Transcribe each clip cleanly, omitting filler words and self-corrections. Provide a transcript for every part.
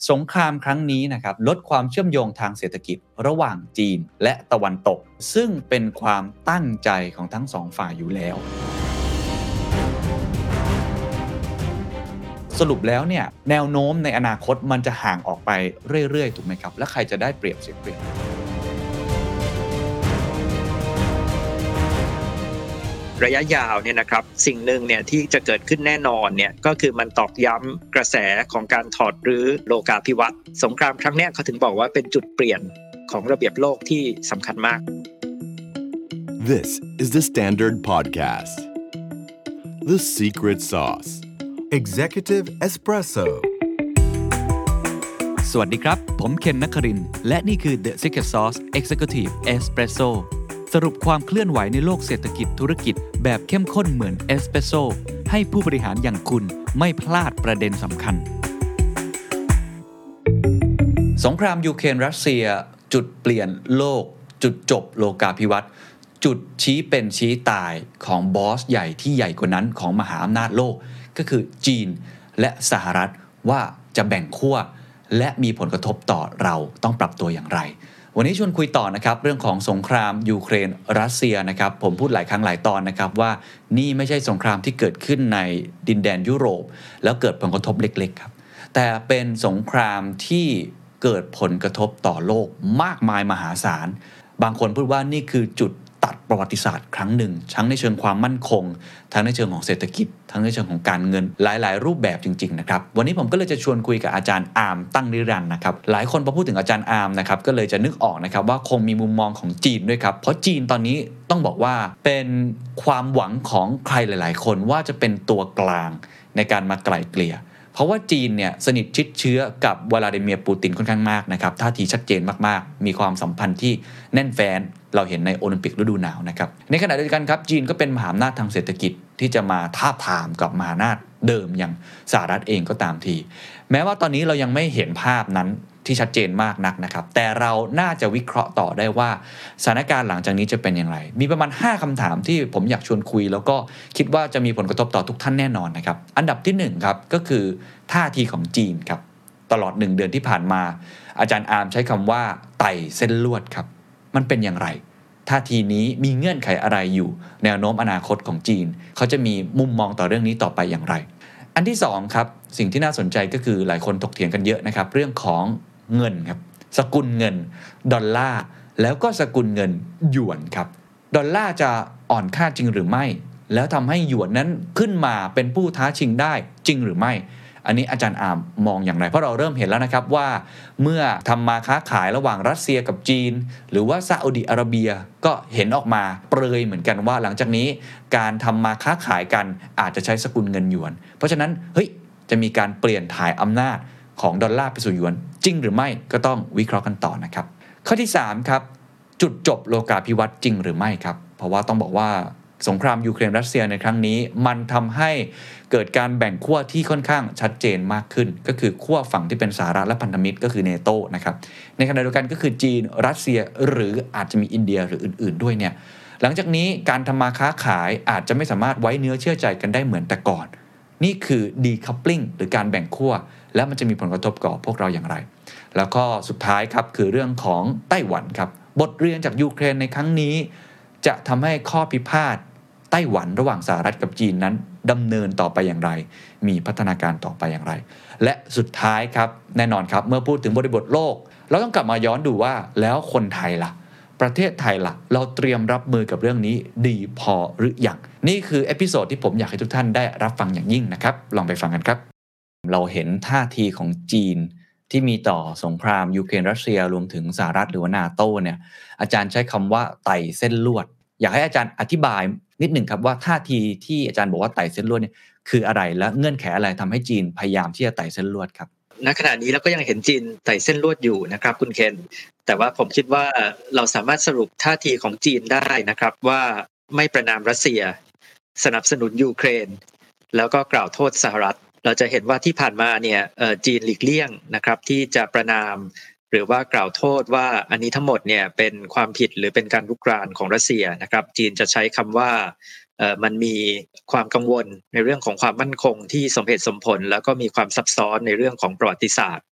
สงครามครั้งนี้นะครับลดความเชื่อมโยงทางเศรษฐกิจระหว่างจีนและตะวันตกซึ่งเป็นความตั้งใจของทั้งสองฝ่ายอยู่แล้วสรุปแล้วเนี่ยแนวโน้มในอนาคตมันจะห่างออกไปเรื่อยๆถูกไหมครับและใครจะได้เปรียบเสียเปรียบระยะยาวเนี่ยนะครับสิ่งหนึ่งเนี่ยที่จะเกิดขึ้นแน่นอนเนี่ยก็คือมันตอกย้ำกระแสของการถอดรื้อโลกาภิวัตน์สงครามครั้งนี้เขาถึงบอกว่าเป็นจุดเปลี่ยนของระเบียบโลกที่สำคัญมาก This is the Standard Podcast The Secret Sauce Executive Espresso สวัสดีครับผมเคนนครินทร์และนี่คือ The Secret Sauce Executive Espressoสรุปความเคลื่อนไหวในโลกเศรษฐกิจธุรกิจแบบเข้มข้นเหมือนเอสเปรสโซ่ให้ผู้บริหารอย่างคุณไม่พลาดประเด็นสำคัญสงครามยูเครนรัสเซียจุดเปลี่ยนโลกจุดจบโลกาภิวัตน์จุดชี้เป็นชี้ตายของบอสใหญ่ที่ใหญ่กว่านั้นของมหาอำนาจโลกก็คือจีนและสหรัฐว่าจะแบ่งขั้วและมีผลกระทบต่อเราต้องปรับตัวอย่างไรวันนี้ชวนคุยต่อนะครับเรื่องของสงครามยูเครนรัสเซียนะครับผมพูดหลายครั้งหลายตอนนะครับว่านี่ไม่ใช่สงครามที่เกิดขึ้นในดินแดนยุโรปแล้วเกิดผลกระทบเล็กๆครับแต่เป็นสงครามที่เกิดผลกระทบต่อโลกมากมายมหาศาลบางคนพูดว่านี่คือจุดตัดประวัติศาสตร์ครั้งหนึ่งทั้งในเชิงความมั่นคงทั้งในเชิงของเศรษฐกิจทั้งในเชิงของการเงินหลายๆรูปแบบจริงๆนะครับวันนี้ผมก็เลยจะชวนคุยกับอาจารย์อาร์มตั้งนิรันดร์นะครับหลายคนพอพูดถึงอาจารย์อาร์มนะครับก็เลยจะนึกออกนะครับว่าคงมีมุมมองของจีนด้วยครับเพราะจีนตอนนี้ต้องบอกว่าเป็นความหวังของใครหลายๆคนว่าจะเป็นตัวกลางในการมาไกล่เกลี่ยเพราะว่าจีนเนี่ยสนิทชิดเชื้อกับวลาดิเมียร์ปูตินค่อนข้างมากนะครับท่าทีชัดเจนมากๆมีความสัมพันธ์ที่แน่นแฟ้นเราเห็นในโอลิมปิกฤดูหนาวนะครับในขณะเดียวกันครับจีนก็เป็นมหาอำนาจทางเศรษฐกิจที่จะมาทาบทามกับมหาอำนาจเดิมอย่างสหรัฐเองก็ตามทีแม้ว่าตอนนี้เรายังไม่เห็นภาพนั้นที่ชัดเจนมากนักนะครับแต่เราน่าจะวิเคราะห์ต่อได้ว่าสถานการณ์หลังจากนี้จะเป็นอย่างไรมีประมาณ5คำถามที่ผมอยากชวนคุยแล้วก็คิดว่าจะมีผลกระทบต่อทุกท่านแน่นอนนะครับอันดับที่1ครับก็คือท่าทีของจีนครับตลอด1เดือนที่ผ่านมาอาจารย์อาร์มใช้คำว่าไต่เส้นลวดครับมันเป็นอย่างไรท่าทีนี้มีเงื่อนไขอะไรอยู่แนวโน้มอนาคตของจีนเขาจะมีมุมมองต่อเรื่องนี้ต่อไปอย่างไรอันที่2ครับสิ่งที่น่าสนใจก็คือหลายคนถกเถียงกันเยอะนะครับเรื่องของเงินครับสกุลเงินดอลลาร์แล้วก็สกุลเงินหยวนครับดอลลาร์จะอ่อนค่าจริงหรือไม่แล้วทำให้หยวนนั้นขึ้นมาเป็นผู้ท้าชิงได้จริงหรือไม่อันนี้อาจารย์อาร์มมองอย่างไรเพราะเราเริ่มเห็นแล้วนะครับว่าเมื่อทำมาค้าขายระหว่างรัสเซียกับจีนหรือว่าซาอุดิอาระเบียก็เห็นออกมาเปรยเหมือนกันว่าหลังจากนี้การทำมาค้าขายกันอาจจะใช้สกุลเงินหยวนเพราะฉะนั้นจะมีการเปลี่ยนถ่ายอำนาจของดอลลาร์ไปสู่หยวนจริงหรือไม่ก็ต้องวิเคราะห์กันต่อนะครับข้อที่3ครับจุดจบโลกาภิวัตน์จริงหรือไม่ครับเพราะว่าต้องบอกว่าสงครามยูเครนรัสเซียในครั้งนี้มันทำให้เกิดการแบ่งขั้วที่ค่อนข้างชัดเจนมากขึ้นก็คือขั้วฝั่งที่เป็นสหรัฐและพันธมิตรก็คือเนโตนะครับในขณะเดียวกันก็คือจีนรัสเซียหรืออาจจะมีอินเดียหรืออื่นๆด้วยเนี่ยหลังจากนี้การทำมาค้าขายอาจจะไม่สามารถไว้เนื้อเชื่อใจกันได้เหมือนแต่ก่อนนี่คือ decoupling หรือการแบ่งขั้วแล้วมันจะมีผลกระทบกับพวกเราอย่างไรแล้วก็สุดท้ายครับคือเรื่องของไต้หวันครับบทเรียนจากยูเครนในครั้งนี้จะทำให้ข้อพิพาทไต้หวันระหว่างสหรัฐกับจีนนั้นดำเนินต่อไปอย่างไรมีพัฒนาการต่อไปอย่างไรและสุดท้ายครับแน่นอนครับเมื่อพูดถึงบริบทโลกเราต้องกลับมาย้อนดูว่าแล้วคนไทยล่ะประเทศไทยล่ะเราเตรียมรับมือกับเรื่องนี้ดีพอหรือยังนี่คือเอพิโซดที่ผมอยากให้ทุกท่านได้รับฟังอย่างยิ่งนะครับลองไปฟังกันครับเราเห็นท่าทีของจีนที่มีต่อสงครามยูเครนรัสเซียรวมถึงสหรัฐหรือว่านาโต้เนี่ยอาจารย์ใช้คำว่าไต่เส้นลวดอยากให้อาจารย์อธิบายนิดหนึ่งครับว่าท่าทีที่อาจารย์บอกว่าไต่เส้นลวดเนี่ยคืออะไรและเงื่อนไขอะไรทำให้จีนพยายามที่จะไต่เส้นลวดครับณขณะนี้เราก็ยังเห็นจีนไต่เส้นลวดอยู่นะครับคุณเคนแต่ว่าผมคิดว่าเราสามารถสรุปท่าทีของจีนได้นะครับว่าไม่ประณามรัสเซียสนับสนุนยูเครนแล้วก็กล่าวโทษสหรัฐเราจะเห็นว่าที่ผ่านมาเนี่ยจีนหลีกเลี่ยงนะครับที่จะประณามหรือว่ากล่าวโทษว่าอันนี้ทั้งหมดเนี่ยเป็นความผิดหรือเป็นการรุกรานของรัสเซียนะครับจีนจะใช้คำว่ามันมีความกังวลในเรื่องของความมั่นคงที่สมเหตุสมผลแล้วก็มีความซับซ้อนในเรื่องของประวัติศาสตร์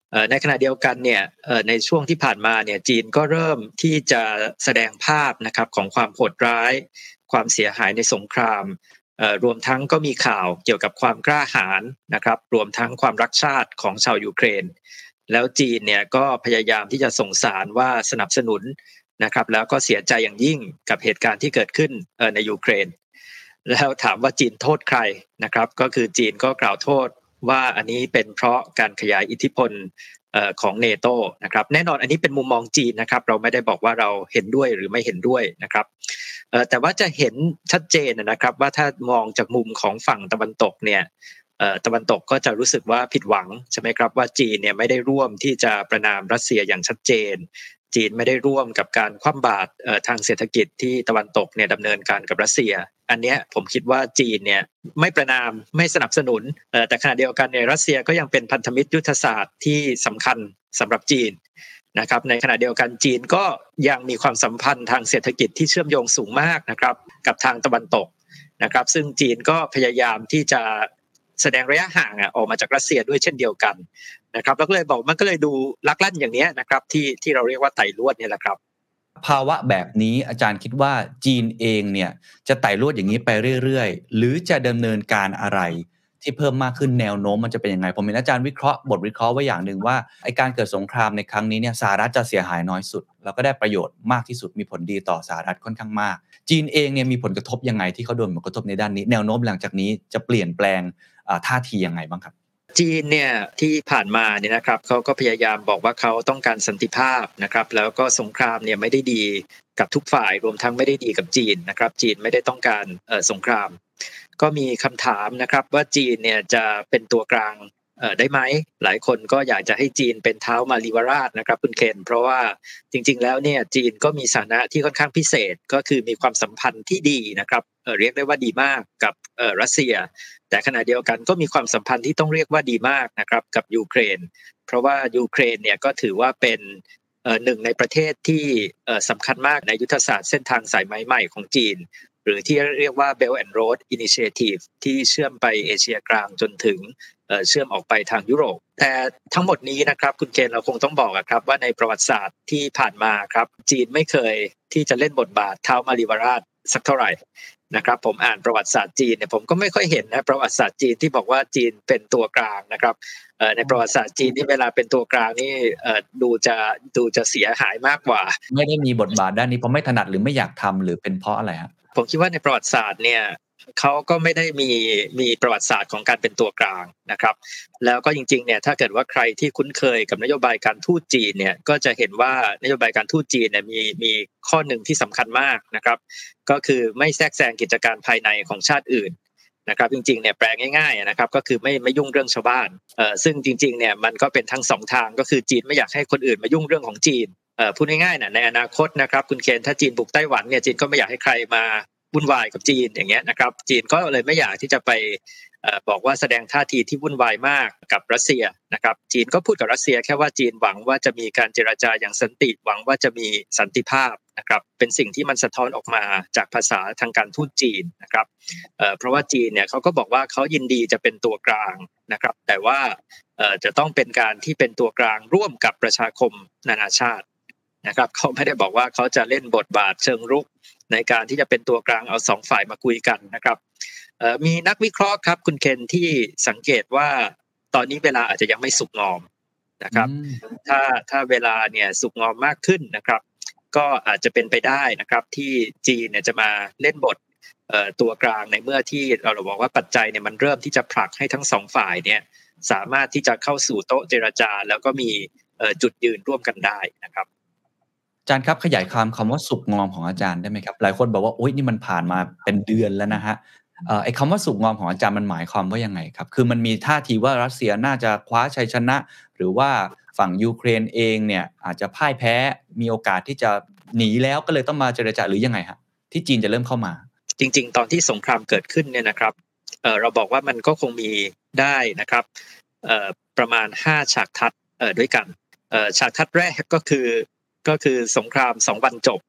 ในขณะเดียวกันเนี่ยในช่วงที่ผ่านมาเนี่ยจีนก็เริ่มที่จะแสดงภาพนะครับของความโหดร้ายความเสียหายในสงครามรวมทั้งก็มีข่าวเกี่ยวกับความกล้าหาญนะครับรวมทั้งความรักชาติของชาวยูเครนแล้วจีนเนี่ยก็พยายามที่จะส่งสารว่าสนับสนุนนะครับแล้วก็เสียใจอย่างยิ่งกับเหตุการณ์ที่เกิดขึ้นในยูเครนแล้วถามว่าจีนโทษใครนะครับก็คือจีนก็กล่าวโทษว่าอันนี้เป็นเพราะการขยายอิทธิพลของ NATO นะครับแน่นอนอันนี้เป็นมุมมองจีนนะครับเราไม่ได้บอกว่าเราเห็นด้วยหรือไม่เห็นด้วยนะครับแต่ว่าจะเห็นชัดเจนนะครับว่าถ้ามองจากมุมของฝั่งตะวันตกเนี่ยตะวันตกก็จะรู้สึกว่าผิดหวังใช่ไหมครับว่าจีนเนี่ยไม่ได้ร่วมที่จะประณามรัสเซียอย่างชัดเจนจีนไม่ได้ร่วมกับการคว่ำบาตรทางเศรษฐกิจที่ตะวันตกเนี่ยดำเนินการกับรัสเซียอันเนี้ยผมคิดว่าจีนเนี่ยไม่ประณามไม่สนับสนุนแต่ขณะเดียวกันเนี่ยรัสเซียก็ยังเป็นพันธมิตรยุทธศาสตร์ที่สำคัญสำหรับจีนนะครับในขณะเดียวกันจีนก็ยังมีความสัมพันธ์ทางเศรษฐกิจที่เชื่อมโยงสูงมากนะครับกับทางตะวันตกนะครับซึ่งจีนก็พยายามที่จะแสดงระยะห่างออกมาจากรัสเซียด้วยเช่นเดียวกันนะครับแล้วก็เลยบอกมันก็เลยดูลักลั่นอย่างนี้นะครับที่เราเรียกว่าไต่ลวดเนี่ยแหละครับภาวะแบบนี้อาจารย์คิดว่าจีนเองเนี่ยจะไต่ลวดอย่างนี้ไปเรื่อยๆหรือจะดำเนินการอะไรที่เพิ่มมากขึ้นแนวโน้มมันจะเป็นยังไงผมเห็นอาจารย์วิเคราะห์บทวิเคราะห์ไว้อย่างนึงว่าไอ้การเกิดสงครามในครั้งนี้เนี่ยสหรัฐจะเสียหายน้อยสุดแล้วก็ได้ประโยชน์มากที่สุดมีผลดีต่อสหรัฐค่อนข้างมากจีนเองเนี่ยมีผลกระทบยังไงที่เขาโดนผลกระทบในด้านนี้แนวโน้มหลังจากนี้จะเปลี่ยนแปลงท่าทียังไงบ้างครับจีนเนี่ยที่ผ่านมาเนี่ยนะครับเขาก็พยายามบอกว่าเขาต้องการสันติภาพนะครับแล้วก็สงครามเนี่ยไม่ได้ดีกับทุกฝ่ายรวมทั้งไม่ได้ดีกับจีนนะครับจีนไม่ได้ต้องการสงครามก็มีคำถามนะครับว่าจีนเนี่ยจะเป็นตัวกลางได้ไหมหลายคนก็อยากจะให้จีนเป็นเท้ามาลีวราชนะครับคุณเคนเพราะว่าจริงๆแล้วเนี่ยจีนก็มีฐานะที่ค่อนข้างพิเศษก็คือมีความสัมพันธ์ที่ดีนะครับเรียกได้ว่าดีมากกับรัสเซียแต่ขณะเดียวกันก็มีความสัมพันธ์ที่ต้องเรียกว่าดีมากนะครับกับยูเครนเพราะว่ายูเครนเนี่ยก็ถือว่าเป็นหนึ่งในประเทศที่สำคัญมากในยุทธศาสตร์เส้นทางสายไหมใหม่ของจีนหรือที่เรียกว่า Belt and Road Initiative ที่เชื่อมไปเอเชียกลางจนถึงเชื่อมออกไปทางยุโรปแต่ทั้งหมดนี้นะครับคุณเคนเราคงต้องบอกครับว่าในประวัติศาสตร์ที่ผ่านมาครับจีนไม่เคยที่จะเล่นบทบาทเท้ามาลีวราชสักเท่าไหร่นะครับผมอ่านประวัติศาสตร์จีนเนี่ยผมก็ไม่ค่อยเห็นนะประวัติศาสตร์จีนที่บอกว่าจีนเป็นตัวกลางนะครับในประวัติศาสตร์จีนที่เวลาเป็นตัวกลางนี่ดูจะเสียหายมากกว่าไม่ได้มีบทบาทด้านนี้เพราะไม่ถนัดหรือไม่อยากทำหรือเป็นเพราะอะไรครับผมคิดว่าในประวัติศาสตร์เนี่ยเขาก็ไม่ได้มีประวัติศาสตร์ของการเป็นตัวกลางนะครับแล้วก็จริงๆเนี่ยถ้าเกิดว่าใครที่คุ้นเคยกับนโยบายการทูตจีนเนี่ยก็จะเห็นว่านโยบายการทูตจีนเนี่ยมีข้อหนึ่งที่สำคัญมากนะครับก็คือไม่แทรกแซงกิจการภายในของชาติอื่นนะครับจริงๆเนี่ยแปลง่ายๆนะครับก็คือไม่ยุ่งเรื่องชาวบ้านซึ่งจริงๆเนี่ยมันก็เป็นทั้งสองทางก็คือจีนไม่อยากให้คนอื่นมายุ่งเรื่องของจีนพูดง่ายๆนะในอนาคตนะครับคุณเคนถ้าจีนบุกไต้หวันเนี่ยจีนก็ไม่อยากให้ใครมาวุ่นวายกับจีนอย่างเงี้ยนะครับจีนก็เลยไม่อยากที่จะไปบอกว่าแสดงท่าทีที่วุ่นวายมากกับรัสเซียนะครับจีนก็พูดกับรัสเซียแค่ว่าจีนหวังว่าจะมีการเจรจาอย่างสันติหวังว่าจะมีสันติภาพนะครับเป็นสิ่งที่มันสะท้อนออกมาจากภาษาทางการทูตจีนนะครับเพราะว่าจีนเนี่ยเขาก็บอกว่าเขายินดีจะเป็นตัวกลางนะครับแต่ว่าจะต้องเป็นการที่เป็นตัวกลางร่วมกับประชาคมนานาชาตินะครับเขาไม่ได้บอกว่าเขาจะเล่นบทบาทเชิงรุกในการที่จะเป็นตัวกลางเอาสองฝ่ายมาคุยกันนะครับมีนักวิเคราะห์ครับคุณเคนที่สังเกตว่าตอนนี้เวลาอาจจะยังไม่สุกงอมนะครับถ้าเวลาเนี่ยสุกงอมมากขึ้นนะครับก็อาจจะเป็นไปได้นะครับที่จีนเนี่ยจะมาเล่นบทตัวกลางในเมื่อที่เราบอกว่าปัจจัยเนี่ยมันเริ่มที่จะผลักให้ทั้งสองฝ่ายเนี่ยสามารถที่จะเข้าสู่โต๊ะเจรจาแล้วก็มีจุดยืนร่วมกันได้นะครับอาจารย์ครับขยายความคำว่าสุกงอมของอาจารย์ได้ไหมครับหลายคนบอกว่าโอ๊ยนี่มันผ่านมาเป็นเดือนแล้วนะฮะไอ้คำว่าสุกงอมของอาจารย์มันหมายความว่ายังไงครับคือมันมีท่าทีว่ารัสเซียน่าจะคว้าชัยชนะหรือว่าฝั่งยูเครนเองเนี่ยอาจจะพ่ายแพ้มีโอกาสที่จะหนีแล้วก็เลยต้องมาเจรจาหรือยังไงฮะที่จีนจะเริ่มเข้ามาจริงๆตอนที่สงครามเกิดขึ้นเนี่ยนะครับเราบอกว่ามันก็คงมีได้นะครับประมาณ5ฉากทัศน์ด้วยกันฉากทัศน์แรกก็คือสงคราม2วันจบ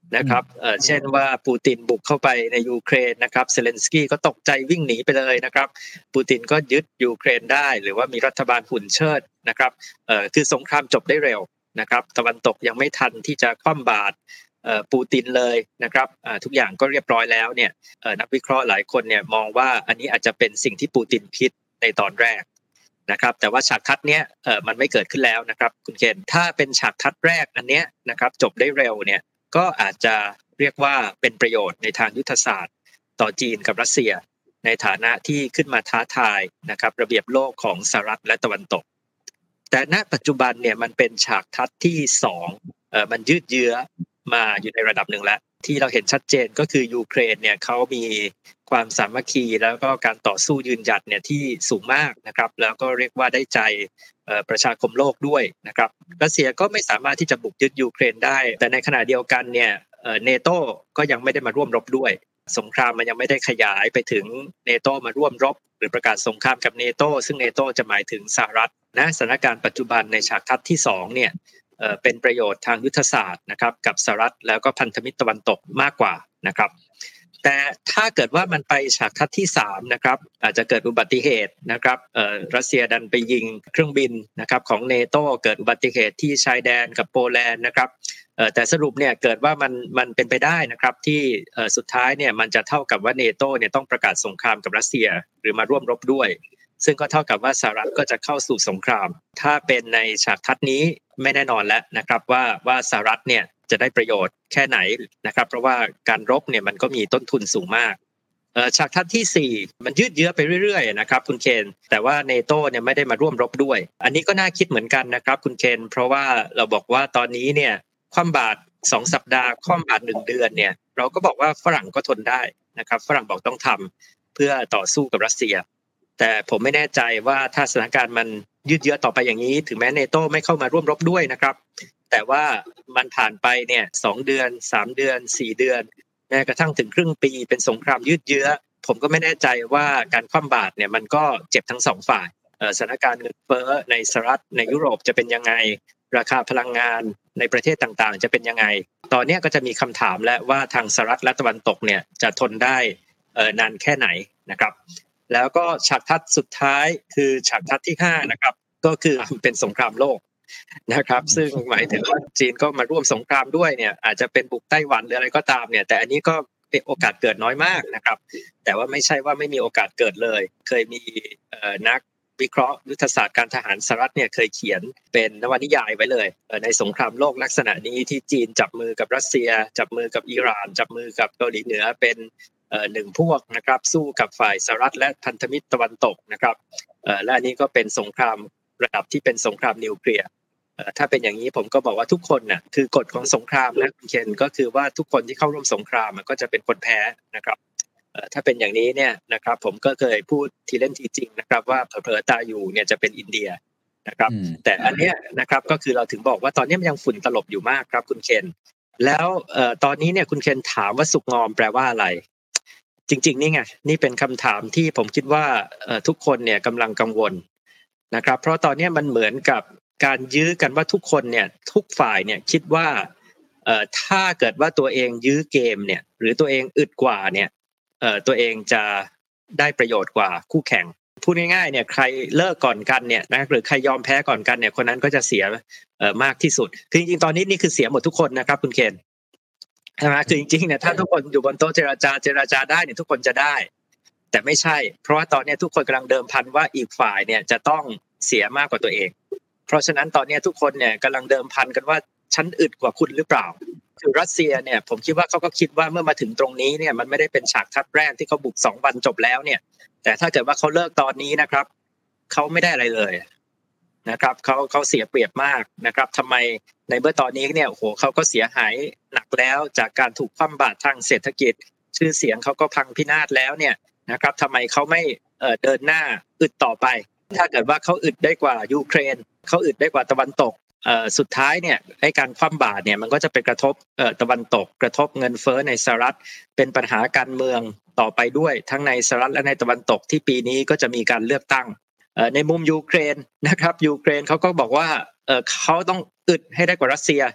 นะครับเช่นว่าปูตินบุกเข้าไปในยูเครนนะครับเซเลนสกี้ก็ตกใจวิ่งหนีไปเลยนะครับปูตินก็ยึดยูเครนได้หรือว่ามีรัฐบาลหุ่นเชิดนะครับคือสงครามจบได้เร็วนะครับตะวันตกยังไม่ทันที่จะคว่ำบาตรปูตินเลยนะครับทุกอย่างก็เรียบร้อยแล้วเนี่ยนักวิเคราะห์หลายคนเนี่ยมองว่าอันนี้อาจจะเป็นสิ่งที่ปูตินคิดในตอนแรกนะครับแต่ว่าฉากทัศน์เนี้ยมันไม่เกิดขึ้นแล้วนะครับคุณเคนถ้าเป็นฉากทัศน์แรกอันเนี้ยนะครับจบได้เร็วเนี่ยก็อาจจะเรียกว่าเป็นประโยชน์ในทางยุทธศาสตร์ต่อจีนกับรัสเซียในฐานะที่ขึ้นมาท้าทายนะครับระเบียบโลกของสหรัฐและตะวันตกแต่ณปัจจุบันเนี่ยมันเป็นฉากทัศน์ที่2มันยืดเยื้อมาอยู่ในระดับหนึ่งแล้วที่เราเห็นชัดเจนก็คือยูเครนเนี่ยเขามีความสามัคคีแล้วก็การต่อสู้ยืนหยัดเนี่ยที่สูงมากนะครับแล้วก็เรียกว่าได้ใจประชาคมโลกด้วยนะครับรัสเซียก็ไม่สามารถที่จะบุกยึดยูเครนได้แต่ในขณะเดียวกันเนี่ยเนโต้ก็ยังไม่ได้มาร่วมรบด้วยสงครามมันยังไม่ได้ขยายไปถึงเนโต้มาร่วมรบหรือประกาศสงครามกับเนโต้ซึ่งเนโต้จะหมายถึงสหรัฐนะสถานการณ์ปัจจุบันในฉากทัศน์ที่2เนี่ยเป็นประโยชน์ทางยุทธศาสตร์นะครับกับสหรัฐแล้วก็พันธมิตรตะวันตกมากกว่านะครับแต่ถ้าเกิดว่ามันไปฉากทัศน์ที่3นะครับอาจจะเกิดอุบัติเหตุนะครับรัสเซียดันไปยิงเครื่องบินนะครับของเนโต้เกิดอุบัติเหตุที่ชายแดนกับโปแลนด์นะครับแต่สรุปเนี่ยเกิดว่ามันเป็นไปได้นะครับที่สุดท้ายเนี่ยมันจะเท่ากับว่าเนโต้เนี่ยต้องประกาศสงครามกับรัสเซียหรือมาร่วมรบด้วยซึ่งก็เท่ากับว่าสหรัฐก็จะเข้าสู่สงครามถ้าเป็นในฉากทัศน์นี้ไม่แน่นอนแล้วนะครับว่าสหรัฐเนี่ยจะได้ประโยชน์แค่ไหนนะครับเพราะว่าการรบเนี่ยมันก็มีต้นทุนสูงมากฉากทัศน์ที่4มันยืดเยื้อไปเรื่อยๆนะครับคุณเคนแต่ว่าเนโต้เนี่ยไม่ได้มาร่วมรบด้วยอันนี้ก็น่าคิดเหมือนกันนะครับคุณเคนเพราะว่าเราบอกว่าตอนนี้เนี่ยคว่ำบาตร2สัปดาห์คว่ำบาตร1เดือนเนี่ยเราก็บอกว่าฝรั่งก็ทนได้นะครับฝรั่งบอกต้องทำเพื่อต่อสู้กับรัสเซียแต่ผมไม่แน่ใจว่าถ้าสถานการณ์มันยืดเยื้อต่อไปอย่างนี้ถึงแม้เนโต้ไม่เข้ามาร่วมรบด้วยนะครับแต่ว่ามันผ่านไปเนี่ย2เดือน3เดือน4เดือนแม้กระทั่งถึงครึ่งปีเป็นสงครามยืดเยื้อผมก็ไม่แน่ใจว่าการคว่ำบาตรเนี่ยมันก็เจ็บทั้ง2ฝ่ายสถานการณ์เงินเฟ้อในสหรัฐในยุโรปจะเป็นยังไงราคาพลังงานในประเทศต่างๆจะเป็นยังไงตอนนี้ก็จะมีคำถามแล้วว่าทางสหรัฐและตะวันตกเนี่ยจะทนได้นานแค่ไหนนะครับแล้วก็ฉากทัศน์สุดท้ายคือฉากทัศน์ที่5นะครับก็คือเป็นสงครามโลกนะครับซึ่งหมายถึงว่าจีนก็มาร่วมสงครามด้วยเนี่ยอาจจะเป็นบุกไต้หวันหรืออะไรก็ตามเนี่ยแต่อันนี้ก็โอกาสเกิดน้อยมากนะครับแต่ว่าไม่ใช่ว่าไม่มีโอกาสเกิดเลยเคยมีนักวิเคราะห์ยุทธศาสตร์การทหารสหรัฐเนี่ยเคยเขียนเป็นนวนิยายไว้เลยในสงครามโลกลักษณะนี้ที่จีนจับมือกับรัสเซียจับมือกับอิหร่านจับมือกับเกาหลีเหนือเป็น1พวกนะครับสู้กับฝ่ายสหรัฐและพันธมิตรตะวันตกนะครับและอันนี้ก็เป็นสงครามระดับที่เป็นสงครามนิวเคลียร์ถ้าเป็นอย่างนี้ผมก็บอกว่าทุกคนน่ะคือกฎของสงครามนะคุณเคนก็คือว่าทุกคนที่เข้าร่วมสงครามก็จะเป็นคนแพ้นะครับถ้าเป็นอย่างนี้เนี่ยนะครับผมก็เคยพูดทีเล่นทีจริงนะครับว่าเผลอๆตาอยู่เนี่ยจะเป็นอินเดียนะครับแต่อันเนี้ยนะครับก็คือเราถึงบอกว่าตอนนี้มันยังฝุ่นตลบอยู่มากครับคุณเคนแล้วตอนนี้เนี่ยคุณเคนถามว่าสุกงอมแปลว่าอะไรจริงๆนี่ไงนี่เป็นคำถามที่ผมคิดว่าทุกคนเนี่ยกำลังกังวลนะครับเพราะตอนนี้มันเหมือนกับการยื้อกันว่าทุกคนเนี่ยทุกฝ่ายเนี่ยคิดว่าถ้าเกิดว่าตัวเองยื้อเกมเนี่ยหรือตัวเองอึดกว่าเนี่ยตัวเองจะได้ประโยชน์กว่าคู่แข่งพูดง่ายๆเนี่ยใครเลิกก่อนกันเนี่ยนะหรือใครยอมแพ้ก่อนกันเนี่ยคนนั้นก็จะเสียมากที่สุดคือจริงๆตอนนี้นี่คือเสียหมดทุกคนนะครับคุณเคนใช่ไหมคือจริงๆเนี่ยถ้าทุกคนอยู่บนโต๊ะเจรจาได้เนี่ยทุกคนจะได้แต่ไม่ใช่เพราะว่าตอนนี้ทุกคนกำลังเดิมพันว่าอีกฝ่ายเนี่ยจะต้องเสียมากกว่าตัวเองเพราะฉะนั้นตอนนี้ทุกคนเนี่ยกำลังเดิมพันกันว่าฉันอึดกว่าคุณหรือเปล่าคือรัสเซียเนี่ยผมคิดว่าเขาก็คิดว่าเมื่อมาถึงตรงนี้เนี่ยมันไม่ได้เป็นฉากทัศน์แรกที่เขาบุก2วันจบแล้วเนี่ยแต่ถ้าเกิดว่าเขาเลิกตอนนี้นะครับเขาไม่ได้อะไรเลยนะครับเขาเสียเปรียบมากนะครับทำไมในเมื่อตอนนี้เนี่ยโอ้โหเขาก็เสียหายหนักแล้วจากการถูกคว่ำบาตรทางเศรษฐกิจชื่อเสียงเขาก็พังพินาศแล้วเนี่ยนะครับทำไมเขาไม่เดินหน้าอึดต่อไปถ้าเกิดว่าเขาอึดได้กว่ายูเครนเขาอึดได้กว่าตะวันตกสุดท้ายเนี่ยให้การคว่ำบาตรเนี่ยมันก็จะไปกระทบตะวันตกกระทบเงินเฟ้อในสหรัฐเป็นปัญหาการเมืองต่อไปด้วยทั้งในสหรัฐและในตะวันตกที่ปีนี้ก็จะมีการเลือกตั้งในมุมยูเครนนะครับยูเครนเขาก็บอกว่าเขาต้องอึดให้ได้กว่ารัสเซีย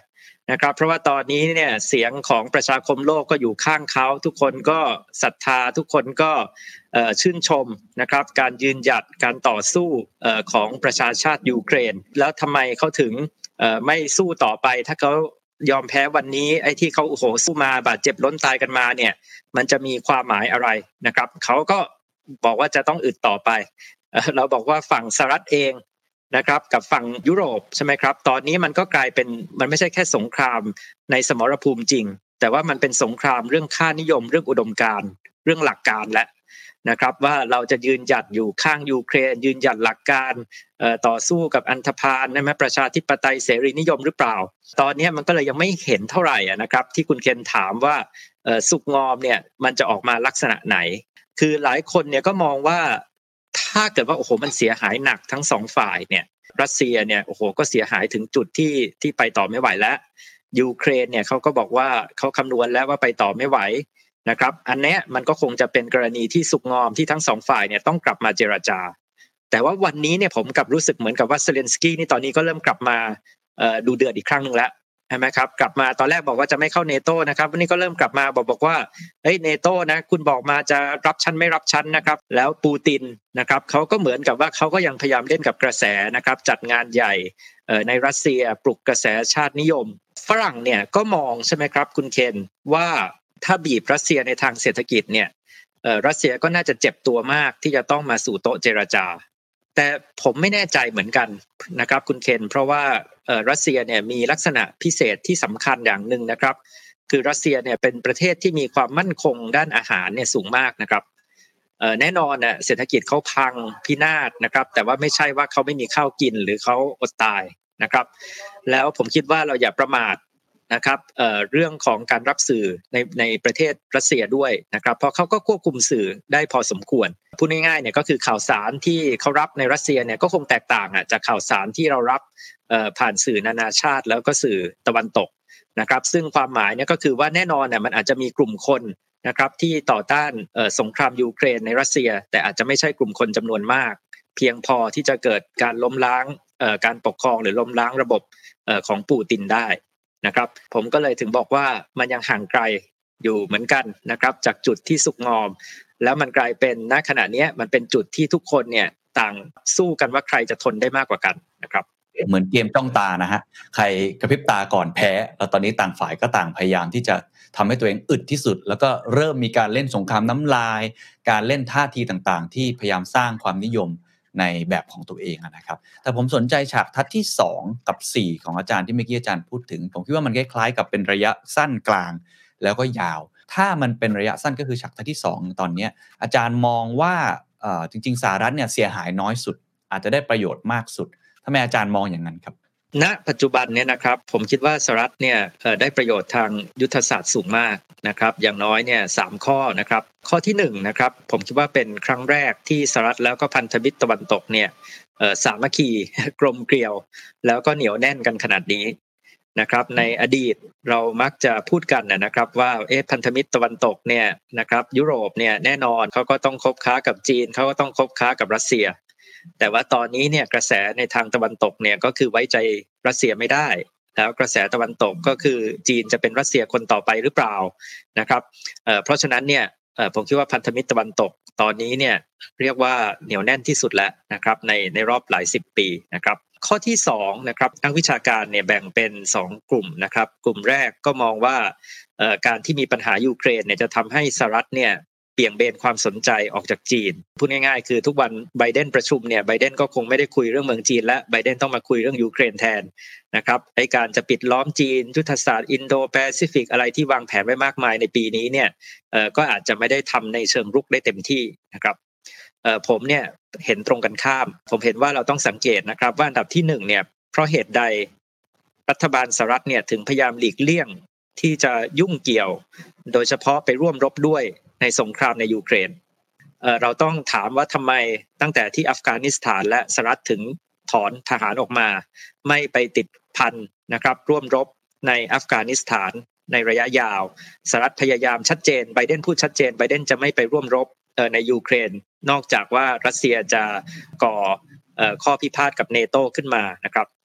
นะครับเพราะว่าตอนนี้เนี่ยเสียงของประชาคมโลกก็อยู่ข้างเขาทุกคนก็ศรัทธาทุกคนก็ชื่นชมนะครับการยืนหยัดการต่อสู้ของประชาชาติยูเครนแล้วทำไมเขาถึงไม่สู้ต่อไปถ้าเขายอมแพ้วันนี้ไอ้ที่เขาโอ้โหสู้มาบาดเจ็บล้นตายกันมาเนี่ยมันจะมีความหมายอะไรนะครับเขาก็บอกว่าจะต้องอึดต่อไปเราบอกว่าฝั่งสหรัฐเองนะครับกับฝั่งยุโรปใช่ไหมครับตอนนี้มันก็กลายเป็นมันไม่ใช่แค่สงครามในสมรภูมิจริงแต่ว่ามันเป็นสงครามเรื่องค่านิยมเรื่องอุดมการณ์เรื่องหลักการและนะครับว่าเราจะยืนหยัดอยู่ข้างยูเครนยืนหยัดหลักการต่อสู้กับอันธพาลนะมั้ยประชาธิปไตยเสรีนิยมหรือเปล่าตอนนี้มันก็เลยยังไม่เห็นเท่าไหร่นะครับที่คุณเคนถามว่าสุกงอมเนี่ยมันจะออกมาลักษณะไหนคือหลายคนเนี่ยก็มองว่าถ้าเกิดว่าโอ้โหมันเสียหายหนักทั้งสองฝ่ายเนี่ยรัสเซียเนี่ยโอ้โหก็เสียหายถึงจุดที่ไปต่อไม่ไหวแล้วยูเครนเนี่ยเขาก็บอกว่าเขาคำนวณแล้วว่าไปต่อไม่ไหวนะครับอันนี้มันก็คงจะเป็นกรณีที่สุกงอมที่ทั้งสองฝ่ายเนี่ยต้องกลับมาเจรจาแต่ว่าวันนี้เนี่ยผมกลับรู้สึกเหมือนกับว่าเซเลนสกี้นี่ตอนนี้ก็เริ่มกลับมาดูเดือดอีกครั้งนึงแล้วใช่ไหมครับกลับมาตอนแรกบอกว่าจะไม่เข้าเนโต้นะครับวันนี้ก็เริ่มกลับมาบอกว่าเฮ้ยเนโต้นะคุณบอกมาจะรับชั้นไม่รับชั้นนะครับแล้วปูตินนะครับเขาก็เหมือนกับว่าเขาก็ยังพยายามเล่นกับกระแสนะครับจัดงานใหญ่ในรัสเซียปลุกกระแสชาตินิยมฝรั่งเนี่ยก็มองใช่ไหมครับคุณเคนว่าถ้าบีบรัสเซียในทางเศรษฐกิจเนี่ยรัสเซียก็น่าจะเจ็บตัวมากที่จะต้องมาสู่โต๊ะเจรจาแต่ผมไม่แน่ใจเหมือนกันนะครับคุณเคนเพราะว่ารัสเซียเนี่ยมีลักษณะพิเศษที่สำคัญอย่างหนึ่งนะครับคือรัสเซียเนี่ยเป็นประเทศที่มีความมั่นคงด้านอาหารเนี่ยสูงมากนะครับแน่นอนนะเศรษฐกิจเขาพังพินาศนะครับแต่ว่าไม่ใช่ว่าเขาไม่มีข้าวกินหรือเขาอดตายนะครับแล้วผมคิดว่าเราอย่าประมาทนะครับเรื่องของการรับสื่อในประเทศรัสเซียด้วยนะครับเพราะเขาก็ควบคุมสื่อได้พอสมควรพูดง่ายๆเนี่ยก็คือข่าวสารที่เขารับในรัสเซียเนี่ยก็คงแตกต่างจากข่าวสารที่เรารับผ่านสื่อนานาชาติแล้วก็สื่อตะวันตกนะครับซึ่งความหมายเนี่ยก็คือว่าแน่นอนเนี่ยมันอาจจะมีกลุ่มคนนะครับที่ต่อต้านสงครามยูเครนในรัสเซียแต่อาจจะไม่ใช่กลุ่มคนจำนวนมากเพียงพอที่จะเกิดการล้มล้างการปกครองหรือล้มล้างระบบของปูตินได้นะครับผมก็เลยถึงบอกว่ามันยังห่างไกลอยู่เหมือนกันนะครับจากจุดที่สุกงอมแล้วมันกลายเป็นณขณะนี้มันเป็นจุดที่ทุกคนเนี่ยต่างสู้กันว่าใครจะทนได้มากกว่ากันนะครับเหมือนเกมจ้องตานะฮะใครกระพริบตาก่อนแพ้แล้วตอนนี้ต่างฝ่ายก็ต่างพยายามที่จะทำให้ตัวเองอึดที่สุดแล้วก็เริ่มมีการเล่นสงครามน้ำลายการเล่นท่าทีต่างๆที่พยายามสร้างความนิยมในแบบของตัวเองนะครับแต่ผมสนใจฉากทัศน์ที่2กับ4ของอาจารย์ที่เมื่อกี้อาจารย์พูดถึงผมคิดว่ามันคล้ายๆกับเป็นระยะสั้นกลางแล้วก็ยาวถ้ามันเป็นระยะสั้นก็คือฉากทัศน์ที่2ตอนนี้อาจารย์มองว่าจริงๆสหรัฐเนี่ยเสียหายน้อยสุดอาจจะได้ประโยชน์มากสุดทำไมอาจารย์มองอย่างนั้นครับณปัจจุบันเนี่ยนะครับผมคิดว่าสหรัฐเนี่ยได้ประโยชน์ทางยุทธศาสตร์สูงมากนะครับอย่างน้อยเนี่ย3ข้อนะครับข้อที่1นะครับผมคิดว่าเป็นครั้งแรกที่สหรัฐแล้วก็พันธมิตรตะวันตกเนี่ยสามัคคีกลมเกลียวแล้วก็เหนียวแน่นกันขนาดนี้นะครับในอดีตเรามักจะพูดกันนะครับว่าพันธมิตรตะวันตกเนี่ยนะครับยุโรปเนี่ยแน่นอนเขาก็ต้องคบค้ากับจีนเขาก็ต้องคบค้ากับรัสเซียแต่ว่าตอนนี้เนี่ยกระแสในทางตะวันตกเนี่ยก็คือไว้ใจรัสเซียไม่ได้แล้วกระแสตะวันตกก็คือจีนจะเป็นรัสเซียคนต่อไปหรือเปล่านะครับเพราะฉะนั้นเนี่ยผมคิดว่าพันธมิตรตะวันตกตอนนี้เนี่ยเรียกว่าเหนียวแน่นที่สุดแล้วนะครับในรอบหลาย10ปีนะครับข้อที่2นะครับนักวิชาการเนี่ยแบ่งเป็น2กลุ่มนะครับกลุ่มแรกก็มองว่าการที่มีปัญหายูเครนเนี่ยจะทำให้สหรัฐเนี่ยเบี่ยงเบนความสนใจออกจากจีนพูดง่ายๆคือทุกวันไบเดนประชุมเนี่ยไบเดนก็คงไม่ได้คุยเรื่องเมืองจีนและไบเดนต้องมาคุยเรื่องยูเครนแทนนะครับไอ้การจะปิดล้อมจีนยุทธศาสตร์อินโดแปซิฟิกอะไรที่วางแผนไว้มากมายในปีนี้เนี่ยก็อาจจะไม่ได้ทำในเชิงรุกได้เต็มที่นะครับผมเนี่ยเห็นตรงกันข้ามผมเห็นว่าเราต้องสังเกตนะครับว่าอันดับที่1เนี่ยเพราะเหตุใดรัฐบาลสหรัฐเนี่ยถึงพยายามหลีกเลี่ยงที่จะยุ่งเกี่ยวโดยเฉพาะไปร่วมรบด้วยในสงครามในยูเครนเราต้องถามว่าทำไมตั้งแต่ที่อัฟกานิสถานและสหรัฐถึงถอนทหารออกมาไม่ไปติดพันนะครับร่วมรบในอัฟกานิสถานในระยะยาวสหรัฐพยายามชัดเจนไบเดนพูดชัดเจนไบเดนจะไม่ไปร่วมรบในยูเครนนอกจากว่ารัสเซียจะก่อข้อพิพาทกับเนโตขึ้นมานะครับ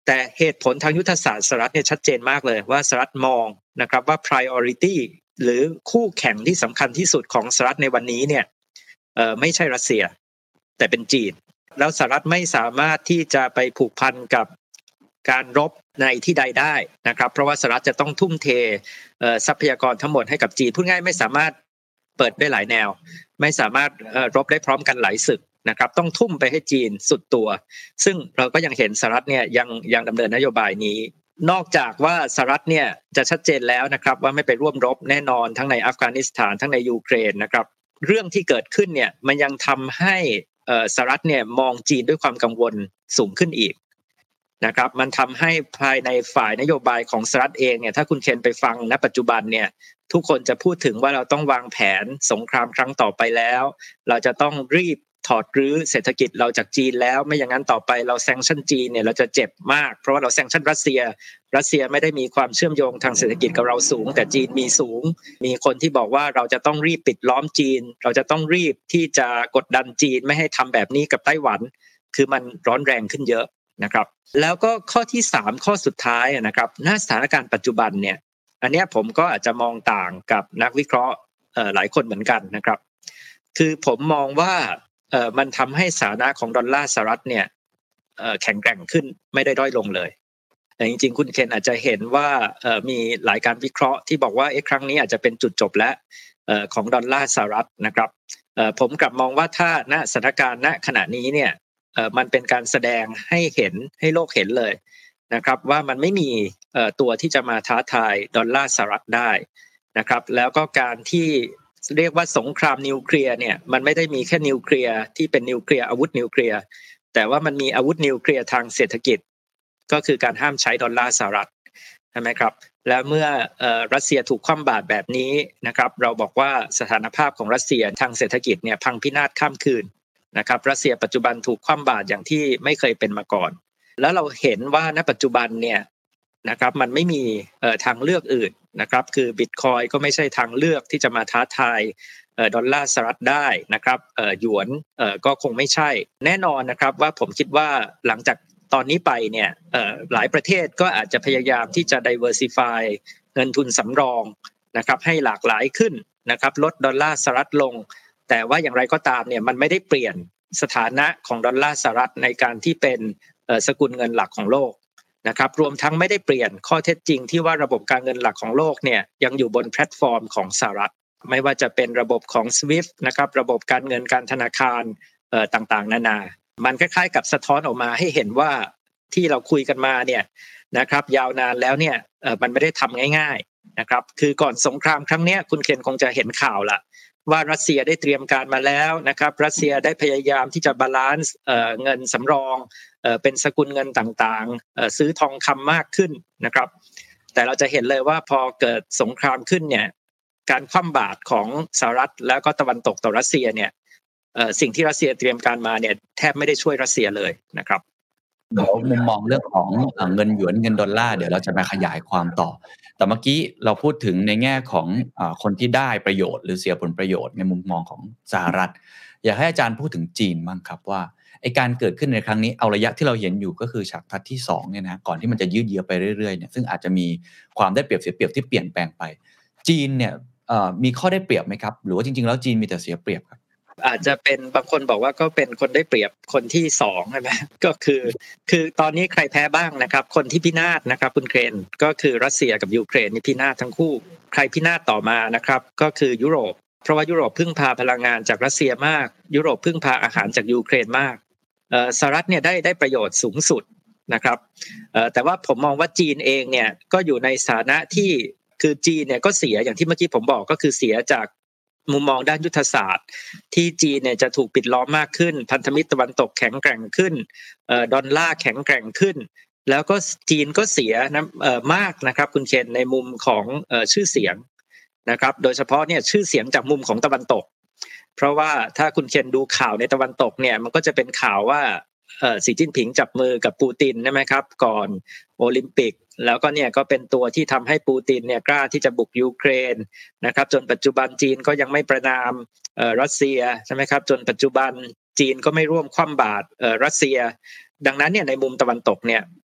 แต่เหตุผลทางยุทธศาสตร์สหรัฐเนี่ยชัดเจนมากเลยว่าสหรัฐมองนะครับว่า priority หรือคู่แข่งที่สำคัญที่สุดของสหรัฐในวันนี้เนี่ยไม่ใช่รัสเซียแต่เป็นจีนแล้วสหรัฐไม่สามารถที่จะไปผูกพันกับการรบในที่ใดได้นะครับเพราะว่าสหรัฐจะต้องทุ่มเททรัพยากรทั้งหมดให้กับจีนพูดง่ายไม่สามารถเปิดได้หลายแนวไม่สามารถรบได้พร้อมกันหลายศึกนะครับต้องทุ่มไปให้จีนสุดตัวซึ่งเราก็ยังเห็นสหรัฐเนี่ยยังดำเนินนโยบายนี้นอกจากว่าสหรัฐเนี่ยจะชัดเจนแล้วนะครับว่าไม่ไปร่วมรบแน่นอนทั้งในอัฟกานิสถานทั้งในยูเครนนะครับเรื่องที่เกิดขึ้นเนี่ยมันยังทำให้สหรัฐเนี่ยมองจีนด้วยความกังวลสูงขึ้นอีกนะครับมันทำให้ภายในฝ่ายนโยบายของสหรัฐเองเนี่ยถ้าคุณเคนไปฟังณปัจจุบันเนี่ยทุกคนจะพูดถึงว่าเราต้องวางแผนสงครามครั้งต่อไปแล้วเราจะต้องรีบถอดรื้อเศรษฐกิจเราจากจีนแล้วไม่อย่างนั้นต่อไปเราแซงชั่นจีนเนี่ยเราจะเจ็บมากเพราะว่าเราแซงชั่นรัสเซียไม่ได้มีความเชื่อมโยงทางเศรษฐกิจกับเราสูงแต่จีนมีสูงมีคนที่บอกว่าเราจะต้องรีบปิดล้อมจีนเราจะต้องรีบที่จะกดดันจีนไม่ให้ทำแบบนี้กับไต้หวันคือมันร้อนแรงขึ้นเยอะนะครับแล้วก็ข้อที่3ข้อสุดท้ายนะครับณสถานการณ์ปัจจุบันเนี่ยอันนี้ผมก็อาจจะมองต่างกับนักวิเคราะห์หลายคนเหมือนกันนะครับคือผมมองว่ามันทำให้สถานะของดอลลาร์สหรัฐเนี่ยแข็งแกร่งขึ้นไม่ได้ด้อยลงเลยแต่จริงๆคุณเคนอาจจะเห็นว่ามีหลายการวิเคราะห์ที่บอกว่าครั้งนี้อาจจะเป็นจุดจบและของดอลลาร์สหรัฐนะครับผมกลับมองว่าถ้าณสถานการณ์ณขณะนี้เนี่ยมันเป็นการแสดงให้เห็นให้โลกเห็นเลยนะครับว่ามันไม่มีตัวที่จะมาท้าทายดอลลาร์สหรัฐได้นะครับแล้วก็การที่เรียกว่าสงครามนิวเคลียร์เนี่ยมันไม่ได้มีแค่นิวเคลียร์ที่เป็นนิวเคลียร์อาวุธนิวเคลียร์แต่ว่ามันมีอาวุธนิวเคลียร์ทางเศรษฐกิจก็คือการห้ามใช้ดอลลาร์สหรัฐใช่ไหมครับแล้วเมื่อรัสเซียถูกคว่ำบาตรแบบนี้นะครับเราบอกว่าสถานภาพของรัสเซียทางเศรษฐกิจเนี่ยพังพินาศข้ามคืนนะครับรัสเซียปัจจุบันถูกคว่ำบาตรอย่างที่ไม่เคยเป็นมาก่อนแล้วเราเห็นว่าณปัจจุบันเนี่ยนะครับมันไม่มีทางเลือกอื่นนะครับคือบิตคอยก็ไม่ใช่ทางเลือกที่จะมาท้าทายดอลลาร์สหรัฐได้นะครับหยวนก็คงไม่ใช่แน่นอนนะครับว่าผมคิดว่าหลังจากตอนนี้ไปเนี่ยหลายประเทศก็อาจจะพยายามที่จะ diversify เงินทุนสำรองนะครับให้หลากหลายขึ้นนะครับลดดอลลาร์สหรัฐลงแต่ว่าอย่างไรก็ตามเนี่ยมันไม่ได้เปลี่ยนสถานะของดอลลาร์สหรัฐในการที่เป็นสกุลเงินหลักของโลกนะครับรวมทั้งไม่ได้เปลี่ยนข้อเท็จจริงที่ว่าระบบการเงินหลักของโลกเนี่ยยังอยู่บนแพลตฟอร์มของสหรัฐไม่ว่าจะเป็นระบบของ SWIFT นะครับระบบการเงินการธนาคารต่างๆนานามันคล้ายๆกับสะท้อนออกมาให้เห็นว่าที่เราคุยกันมาเนี่ยนะครับยาวนานแล้วเนี่ยมันไม่ได้ทำง่ายๆนะครับคือก่อนสงครามครั้งนี้คุณเคนคงจะเห็นข่าวละว่ารัสเซียได้เตรียมการมาแล้วนะครับรัสเซียได้พยายามที่จะบาลานซ์เงินสำรองเป็นสกุลเงินต่างๆซื้อทองคำมากขึ้นนะครับแต่เราจะเห็นเลยว่าพอเกิดสงครามขึ้นเนี่ยการคว่ำบาตรของสหรัฐแล้วก็ตะวันตกต่อรัสเซียเนี่ยสิ่งที่รัสเซียเตรียมการมาเนี่ยแทบไม่ได้ช่วยรัสเซียเลยนะครับเดี๋ยวมุมมองเรื่องของเงินหยวนเงินดอลลาร์เดี๋ยวเราจะมาขยายความต่อแต่เมื่อกี้เราพูดถึงในแง่ของคนที่ได้ประโยชน์หรือเสียผลประโยชน์ในมุมมองของสหรัฐอยากให้อาจารย์พูดถึงจีนบ้างครับว่าไอ้การเกิดขึ้นในครั้งนี้เอาระยะที่เราเห็นอยู่ก็คือฉากทัศน์ที่2เนี่ยนะก่อนที่มันจะยืดเยื้อไปเรื่อยๆเนี่ยซึ่งอาจจะมีความได้เปรียบเสียเปรียบที่เปลี่ยนแปลงไปจีนเนี่ยมีข้อได้เปรียบไหมครับหรือว่าจริงๆแล้วจีนมีแต่เสียเปรียบครับอาจจะเป็นบางคนบอกว่าก็เป็นคนได้เปรียบคนที่2ใช่ไหมก็คือตอนนี้ใครแพ้บ้างนะครับคนที่พินาศนะครับคุณเคนก็คือรัสเซียกับยูเครนนี่พินาศทั้งคู่ใครพินาศต่อมานะครับก็คือยุโรปเพราะว่ายุโรปพึ่งพาพลังงานจากรัสเซียมากยุโรปพึ่งพาอาหารจากยูเครนมากสหรัฐเนี่ยได้ประโยชน์สูงสุดนะครับแต่ว่าผมมองว่าจีนเองเนี่ยก็อยู่ในสถานะที่คือจีนเนี่ยก็เสียอย่างที่เมื่อกี้ผมบอกก็คือเสียจากมุมมองด้านยุทธศาสตร์ที่จีนเนี่ยจะถูกปิดล้อมมากขึ้นพันธมิตรตะวันตกแข็งแกร่งขึ้นดอลลาร์แข็งแกร่งขึ้นแล้วก็จีนก็เสียนะมากนะครับคุณเคนในมุมของชื่อเสียงนะครับโดยเฉพาะเนี่ยชื่อเสียงจากมุมของตะวันตกเพราะว่าถ้าคุณเคนดูข่าวในตะวันตกเนี่ยมันก็จะเป็นข่าวว่าสีจิ้นผิงจับมือกับปูตินใช่ไหมครับก่อนโอลิมปิกแล้วก็เนี่ยก็เป็นตัวที่ทำให้ปูตินเนี่ยกล้าที่จะบุกยูเครนนะครับจนปัจจุบันจีนก็ยังไม่ประณามรัสเซียใช่ไหมครับจนปัจจุบันจีนก็ไม่ร่วมคว่ำบาตรรัสเซียดังนั้นเนี่ยในมุมตะวันตกเนี่ย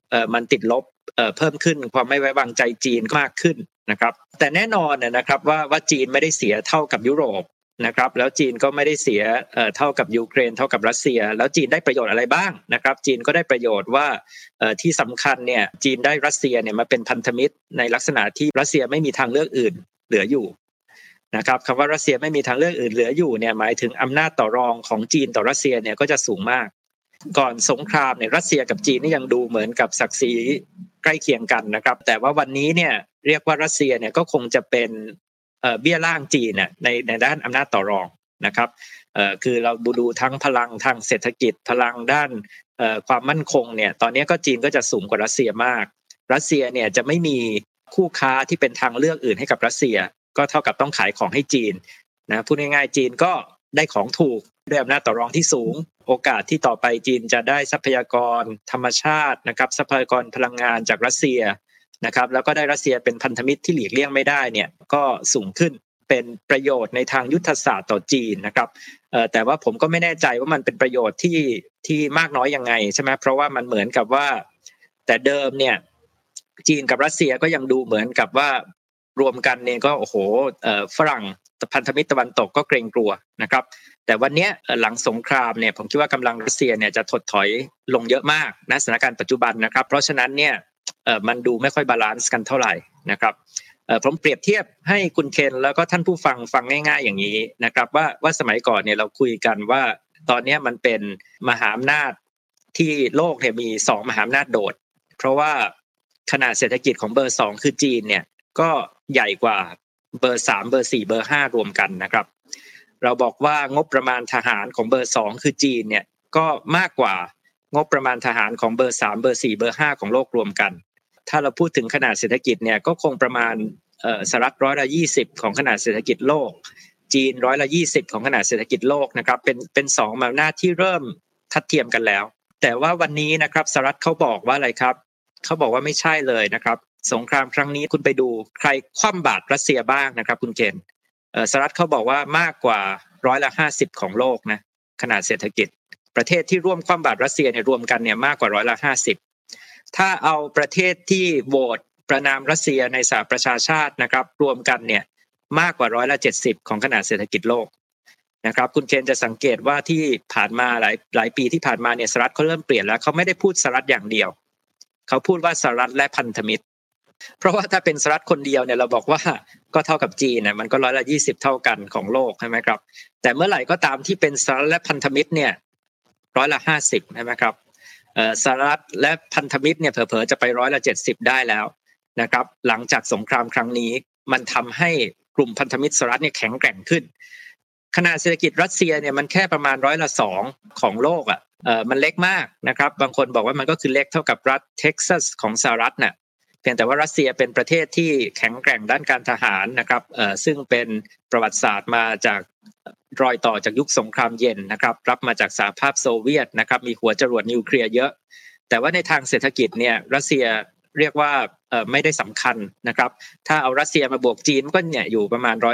มันติดลบเพิ่มขึ้นความไม่ไว้วางใจจีนมากขึ้นนะครับแต่แน่นอนนะครับว่าจีนไม่ได้เสียเท่ากับยุโรปนะครับแล้วจีนก็ไม่ได้เสียเท่ากับยูเครนเท่ากับรัสเซียแล้วจีนได้ประโยชน์อะไรบ้างนะครับจีนก็ได้ประโยชน์ว่าที่สำคัญเนี่ยจีนได้รัสเซียเนี่ยมาเป็นพันธมิตรในลักษณะที่รัสเซียไม่มีทางเลือกอื่นเหลืออยู่นะครับคำว่ารัสเซียไม่มีทางเลือกอื่นเหลืออยู่เนี่ยหมายถึงอำนาจต่อรองของจีนต่อรัสเซียเนี่ยก็จะสูงมากก่อนสงครามเนี่ยรัสเซียกับจีนนี่ยังดูเหมือนกับศักดิ์ศรีใกล้เคียงกันนะครับแต่ว่าวันนี้เนี่ยเรียกว่ารัสเซียเนี่ยก็คงจะเป็นเบี้ยล่างจีนในด้านอำนาจต่อรองนะครับคือเราดูทั้งพลังทางเศรษฐกิจพลังด้านความมั่นคงเนี่ยตอนนี้ก็จีนก็จะสูงกว่ารัสเซียมากรัสเซียเนี่ยจะไม่มีคู่ค้าที่เป็นทางเลือกอื่นให้กับรัสเซียก็เท่ากับต้องขายของให้จีนนะพูดง่ายๆจีนก็ได้ของถูกด้วยอำนาจต่อรองที่สูงโอกาสที่ต่อไปจีนจะได้ทรัพยากรธรรมชาตินะครับทรัพยากรพลังงานจากรัสเซียนะครับแล้วก็ได้รัสเซียเป็นพันธมิตรที่หลีกเลี่ยงไม่ได้เนี่ยก็สูงขึ้นเป็นประโยชน์ในทางยุทธศาสตร์ต่อจีนนะครับแต่ว่าผมก็ไม่แน่ใจว่ามันเป็นประโยชน์ที่มากน้อยยังไงใช่ไหมเพราะว่ามันเหมือนกับว่าแต่เดิมเนี่ยจีนกับรัสเซียก็ยังดูเหมือนกับว่ารวมกันเนี่ยก็โอ้โหฝรั่งพันธมิตรตะวันตกก็เกรงกลัวนะครับแต่วันนี้หลังสงครามเนี่ยผมคิดว่ากำลังรัสเซียเนี่ยจะถดถอยลงเยอะมากณสถานการณ์ปัจจุบันนะครับเพราะฉะนั้นเนี่ยมันดูไม่ค่อยบาลานซ์กันเท่าไหร่นะครับผมเปรียบเทียบให้คุณเคนแล้วก็ท่านผู้ฟังง่ายๆอย่างนี้นะครับว่าสมัยก่อนเนี่ยเราคุยกันว่าตอนนี้มันเป็นมหาอำนาจที่โลกเนี่ยมี2มหาอำนาจโดดเพราะว่าขนาดเศรษฐกิจของเบอร์2คือจีนเนี่ยก็ใหญ่กว่าเบอร์3เบอร์4เบอร์5รวมกันนะครับเราบอกว่างบประมาณทหารของเบอร์2คือจีนเนี่ยก็มากกว่างบประมาณทหารของเบอร์3เบอร์4เบอร์5ของโลกรวมกันถ้าเราพูดถึงขนาดเศรษฐกิจเนี่ยก็คงประมาณสหรัฐ120ของขนาดเศรษฐกิจโลกจีน120ของขนาดเศรษฐกิจโลกนะครับเป็น2อำนาจที่เริ่มทัดเทียมกันแล้วแต่ว่าวันนี้นะครับสหรัฐเขาบอกว่าอะไรครับเขาบอกว่าไม่ใช่เลยนะครับสงครามครั้งนี้คุณไปดูใครคว่ำบาตรรัสเซียบ้างนะครับคุณเคนสหรัฐเขาบอกว่ามากกว่า50%ของโลกนะขนาดเศรษฐกิจประเทศที่ร่วมคว่ำบาตรรัสเซียเนี่ยรวมกันเนี่ยมากกว่า50%ถ้าเอาประเทศที่โหวตประณามรัสเซียในสหประชาชาตินะครับรวมกันเนี่ยมากกว่า70%ของขนาดเศรษฐกิจโลกนะครับคุณเคนจะสังเกตว่าที่ผ่านมาหลายปีที่ผ่านมาเนี่ยสหรัฐเขาเริ่มเปลี่ยนแล้วเขาไม่ได้พูดสหรัฐอย่างเดียวเขาพูดว่าสหรัฐและพันธมิตรเพราะว่าถ้าเป็นสหรัฐคนเดียวเนี่ยเราบอกว่าก็เท่ากับจีนนะมันก็120เท่ากันของโลกใช่ไหมครับแต่เมื่อไหร่ก็ตามที่เป็นสหรัฐและพันธมิตรเนี่ย50ใช่ไหมครับสหรัฐและพันธมิตรเนี่ยเผลอๆจะไป70ได้แล้วนะครับหลังจากสงครามครั้งนี้มันทำให้กลุ่มพันธมิตรสหรัฐเนี่ยแข็งแกร่งขึ้นขนาดเศรษฐกิจรัสเซียเนี่ยมันแค่ประมาณ2%ของโลกมันเล็กมากนะครับบางคนบอกว่ามันก็คือเล็กเท่ากับรัฐเท็กซัสของสหรัฐน่ะเพียงแต่ว่ารัสเซียเป็นประเทศที่แข็งแกร่งด้านการทหารนะครับซึ่งเป็นประวัติศาสตร์มาจากรอยต่อจากยุคสงครามเย็นนะครับรับมาจากสหภาพโซเวียตนะครับมีหัวจรวดนิวเคลียร์เยอะแต่ว่าในทางเศรษฐกิจเนี่ยรัสเซียเรียกว่าไม่ได้สำคัญนะครับถ้าเอารัสเซียมาบวกจีนก็เนี่ยอยู่ประมาณ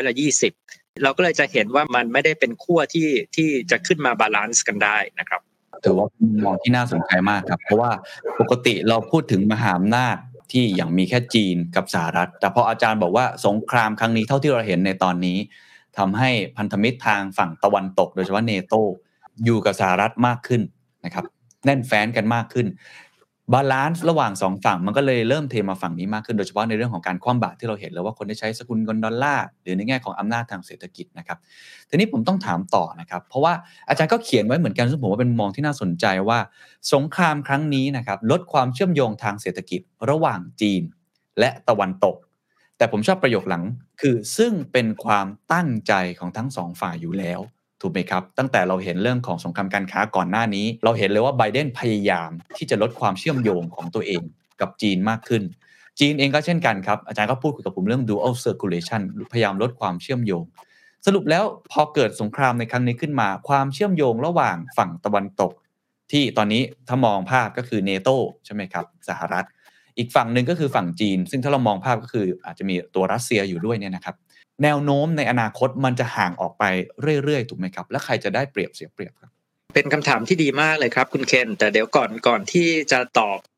120เราก็เลยจะเห็นว่ามันไม่ได้เป็นขั้วที่จะขึ้นมาบาลานซ์กันได้นะครับถือว่าเป็นมุมมองที่น่าสนใจมากครับเพราะว่าปกติเราพูดถึงมหาอำนาจที่อย่างมีแค่จีนกับสหรัฐแต่พออาจารย์บอกว่าสงครามครั้งนี้เท่าที่เราเห็นในตอนนี้ทำให้พันธมิตรทางฝั่งตะวันตกโดยเฉพาะเนโตอยู่กับสหรัฐมากขึ้นนะครับแน่นแฟ้นกันมากขึ้นบาลานซ์ระหว่าง2ฝั่งมันก็เลยเริ่มเทมาฝั่งนี้มากขึ้นโดยเฉพาะในเรื่องของการคว่ำบาตรที่เราเห็นแล้วว่าคนที่ใช้สกุลเงินดอลลาร์หรือในแง่ของอำนาจทางเศรษฐกิจนะครับทีนี้ผมต้องถามต่อนะครับเพราะว่าอาจารย์ก็เขียนไว้เหมือนกันซึ่งผมว่าเป็นมองที่น่าสนใจว่าสงครามครั้งนี้นะครับลดความเชื่อมโยงทางเศรษฐกิจระหว่างจีนและตะวันตกแต่ผมชอบประโยคหลังคือซึ่งเป็นความตั้งใจของทั้ง2ฝ่ายอยู่แล้วถูกไหมครับตั้งแต่เราเห็นเรื่องของสงครามการค้าก่อนหน้านี้เราเห็นเลยว่าไบเดนพยายามที่จะลดความเชื่อมโยงของตัวเองกับจีนมากขึ้นจีนเองก็เช่นกันครับอาจารย์ก็พูดคุยกับผมเรื่อง dual circulation พยายามลดความเชื่อมโยงสรุปแล้วพอเกิดสงครามในครั้งนี้ขึ้นมาความเชื่อมโยงระหว่างฝั่งตะวันตกที่ตอนนี้ถ้ามองภาพก็คือเนโตใช่ไหมครับสหรัฐอีกฝั่งหนึ่งก็คือฝั่งจีนซึ่งถ้าเรามองภาพก็คืออาจจะมีตัวรัสเซียอยู่ด้วยเนี่ยนะครับแนวโน้มในอนาคตมันจะห่างออกไปเรื่อยๆถูกไหมครับและใครจะได้เปรียบเสียเปรียบครับเป็นคำถามที่ดีมากเลยครับคุณเคนแต่เดี๋ยวก่อนที่จะตอบ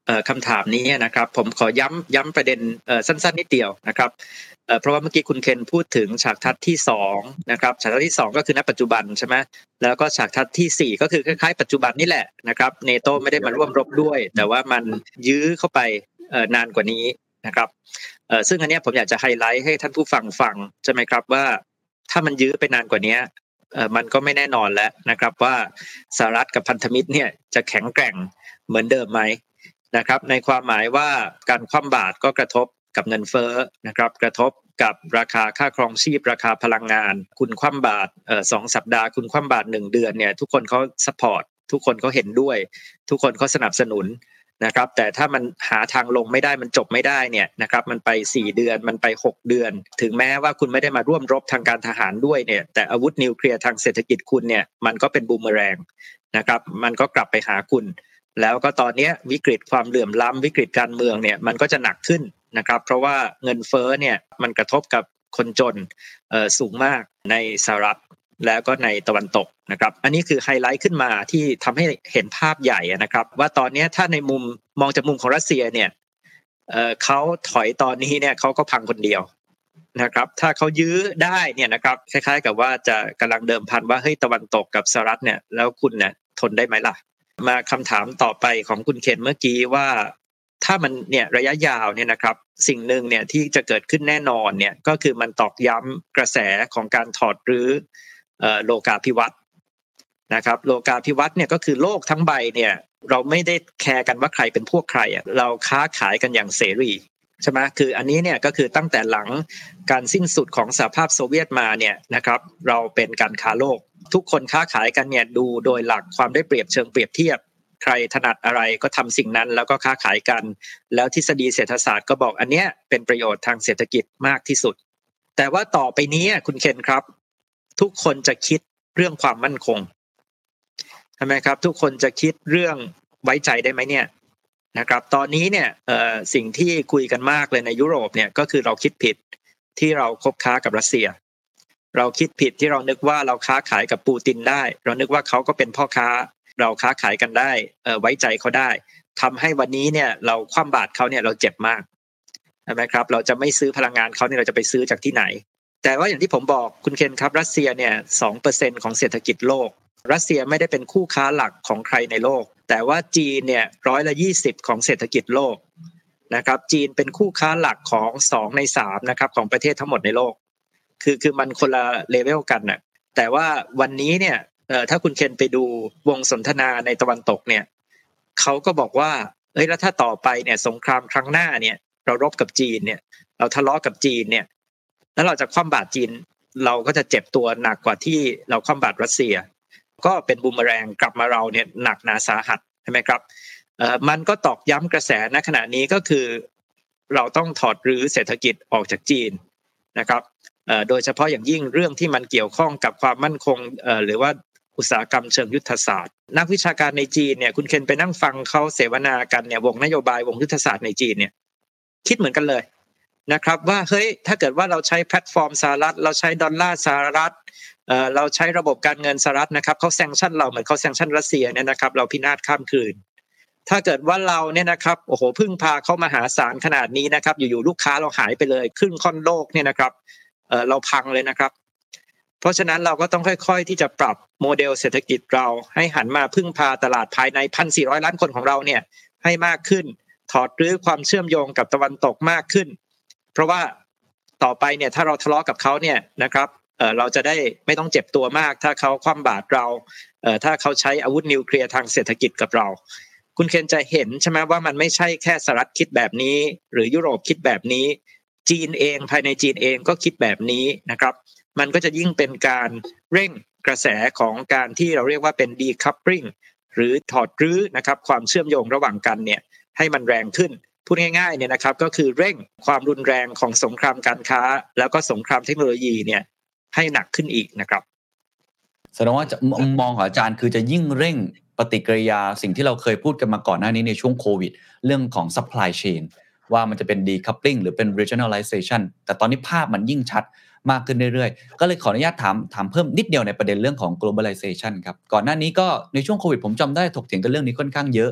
คำถามนี้นะครับผมขอย้ำประเด็นสั้นๆนิดเดียวนะครับเพราะว่าเมื่อกี้คุณเคนพูดถึงฉากทัศน์ที่2นะครับฉากทัศน์ที่2ก็คือณปัจจุบันใช่ไหมแล้วก็ฉากทัศน์ที่4ก็คือคล้ายๆปัจจุบันนี่แหละนะครับเนโตไม่ได้มาร่วมรบด้วยแต่ว่ามันยื้อเข้าไปนานกว่านี้นะครับซึ่งอันนี้ผมอยากจะไฮไลท์ให้ท่านผู้ฟังใช่ไหมครับว่าถ้ามันยื้อไปนานกว่านี้มันก็ไม่แน่นอนแล้วนะครับว่าสหรัฐกับพันธมิตรเนี่ยจะแข็งแกร่งเหมือนเดิมไหมนะครับในความหมายว่าการคว่ำบาตรก็กระทบกับเงินเฟ้อนะครับกระทบกับราคาค่าครองชีพราคาพลังงานคุณคว่ำบาตร2 สัปดาห์คุณคว่ำบาตร1 เดือนเนี่ยทุกคนเขาซัพพอร์ตทุกคนเขาเห็นด้วยทุกคนเขาสนับสนุนนะครับแต่ถ้ามันหาทางลงไม่ได้มันจบไม่ได้เนี่ยนะครับมันไป4 เดือนมันไป6 เดือนถึงแม้ว่าคุณไม่ได้มาร่วมรบทางการทหารด้วยเนี่ยแต่อาวุธนิวเคลียร์ทางเศรษฐกิจคุณเนี่ยมันก็เป็นบูมเมอแรงนะครับมันก็กลับไปหาคุณแล้วก็ตอนนี้วิกฤตความเหลื่อมล้ำวิกฤตการเมืองเนี่ยมันก็จะหนักขึ้นนะครับเพราะว่าเงินเฟ้อเนี่ยมันกระทบกับคนจนสูงมากในสหรัฐแล้วก็ในตะวันตกนะครับอันนี้คือไฮไลท์ขึ้นมาที่ทำให้เห็นภาพใหญ่นะครับว่าตอนนี้ถ้าในมุมมองจากมุมของรัสเซียเนี่ยเขาถอยตอนนี้เนี่ยเขาก็พังคนเดียวนะครับถ้าเขายื้อได้เนี่ยนะครับคล้ายๆกับว่าจะกำลังเดิมพันว่าเฮ้ยตะวันตกกับสหรัฐเนี่ยแล้วคุณเนี่ยทนได้ไหมล่ะมาคำถามต่อไปของคุณเคนเมื่อกี้ว่าถ้ามันเนี่ยระยะยาวเนี่ยนะครับสิ่งหนึ่งเนี่ยที่จะเกิดขึ้นแน่นอนเนี่ยก็คือมันตอกย้ำกระแสของการถอดรื้อโลกาภิวัตน์นะครับโลกาภิวัตน์เนี่ยก็คือโลกทั้งใบเนี่ยเราไม่ได้แคร์กันว่าใครเป็นพวกใครเราค้าขายกันอย่างเสรีใช่ไหมคืออันนี้เนี่ยก็คือตั้งแต่หลังการสิ้นสุดของสหภาพโซเวียตมาเนี่ยนะครับเราเป็นการค้าโลกทุกคนค้าขายกันเนี่ยดูโดยหลักความได้เปรียบเชิงเปรียบเทียบใครถนัดอะไรก็ทำสิ่งนั้นแล้วก็ค้าขายกันแล้วทฤษฎีเศรษฐศาสตร์ก็บอกอันเนี้ยเป็นประโยชน์ทางเศรษฐกิจมากที่สุดแต่ว่าต่อไปนี้คุณเคนครับทุกคนจะคิดเรื่องความมั่นคงใช่ไหมครับทุกคนจะคิดเรื่องไว้ใจได้ไหมเนี่ยนะครับตอนนี้เนี่ยสิ่งที่คุยกันมากเลยในยุโรปเนี่ยก็คือเราคิดผิดที่เราคบค้ากับรัสเซียเราคิดผิดที่เรานึกว่าเราค้าขายกับปูตินได้เรานึกว่าเขาก็เป็นพ่อค้าเราค้าขายกันได้ไว้ใจเขาได้ทำให้วันนี้เนี่ยเราคว่ำบาตรเขาเนี่ยเราเจ็บมากใช่ไหมครับเราจะไม่ซื้อพลังงานเขาเนี่ยเราจะไปซื้อจากที่ไหนแต่ว่าอย่างที่ผมบอกคุณเคนครับรัสเซียเนี่ย 2% ของเศรษฐกิจโลกรัสเซียไม่ได้เป็นคู่ค้าหลักของใครในโลกแต่ว่าจีนเนี่ย120%ของเศรษฐกิจโลกนะครับจีนเป็นคู่ค้าหลักของ2 ใน 3นะครับของประเทศทั้งหมดในโลกคือมันคนละเลเวลกันน่ะแต่ว่าวันนี้เนี่ยถ้าคุณเคนไปดูวงสนทนาในตะวันตกเนี่ยเขาก็บอกว่าเอ้ยแล้วถ้าต่อไปเนี่ยสงครามครั้งหน้าเนี่ยเรารบกับจีนเนี่ยเราทะเลาะกับจีนเนี่ยแล้วเราจะคว่ำบาตรจีนเราก็จะเจ็บตัวหนักกว่าที่เราคว่ำบาตรรัสเซียก็เป็นบูมเมอแรงกลับมาเราเนี่ยหนักหนาสาหัสใช่ไหมครับมันก็ตอกย้ำกระแสณขณะนี้ก็คือเราต้องถอดรื้อเศรษฐกิจออกจากจีนนะครับโดยเฉพาะอย่างยิ่งเรื่องที่มันเกี่ยวข้องกับความมั่นคงหรือว่าอุตสาหกรรมเชิงยุทธศาสตร์นักวิชาการในจีนเนี่ยคุณเคนไปนั่งฟังเขาเสวนากันเนี่ยวงนโยบายวงยุทธศาสตร์ในจีนเนี่ยคิดเหมือนกันเลยนะครับว่าเฮ้ยถ้าเกิดว่าเราใช้แพลตฟอร์มสหรัฐเราใช้ดอลลาร์สหรัฐเราใช้ระบบการเงินสหรัฐนะครับเขาแซงชั่นเราเหมือนเขาแซงชั่นรัสเซียเนี่ยนะครับเราพินาศข้ามคืนถ้าเกิดว่าเราเนี่ยนะครับโอ้โหพึ่งพาเข้ามหาศาลขนาดนี้นะครับอยู่ๆลูกค้าเราหายไปเลยครึ่งค่อนโลกเนี่ยนะครับเราพังเลยนะครับเพราะฉะนั้นเราก็ต้องค่อยๆที่จะปรับโมเดลเศรษฐกิจเราให้หันมาพึ่งพาตลาดภายใน 1,400 ล้านคนของเราเนี่ยให้มากขึ้นถอดรื้อความเชื่อมโยงกับตะวันตกมากขึ้นเพราะว่าต่อไปเนี่ยถ้าเราทะเลาะกับเขาเนี่ยนะครับเราจะได้ไม่ต้องเจ็บตัวมากถ้าเขาคว่ำบาตรเราถ้าเขาใช้อาวุธนิวเคลียร์ทางเศรษฐกิจกับเราคุณเคนจะเห็นใช่ไหมว่ามันไม่ใช่แค่สหรัฐคิดแบบนี้หรือยุโรปคิดแบบนี้จีนเองภายในจีนเองก็คิดแบบนี้นะครับมันก็จะยิ่งเป็นการเร่งกระแสของการที่เราเรียกว่าเป็น decoupling หรือถอดรื้อนะครับความเชื่อมโยงระหว่างกันเนี่ยให้มันแรงขึ้นพูดง่ายๆเนี่ยนะครับก็คือเร่งความรุนแรงของสงครามการค้าแล้วก็สงครามเทคโนโลยีเนี่ยให้หนักขึ้นอีกนะครับแสดงว่ามุมมองของอาจารย์คือจะยิ่งเร่งปฏิกิริยาสิ่งที่เราเคยพูดกันมาก่อนหน้านี้ในช่วงโควิดเรื่องของ supply chain ว่ามันจะเป็น decoupling หรือเป็น regionalization แต่ตอนนี้ภาพมันยิ่งชัดมากขึ้นเรื่อยๆก็เลยขออนุญาตถามเพิ่มนิดเดียวในประเด็นเรื่องของ globalization ครับก่อนหน้านี้ก็ในช่วงโควิดผมจำได้ถกเถียงกันเรื่องนี้ค่อนข้างเยอะ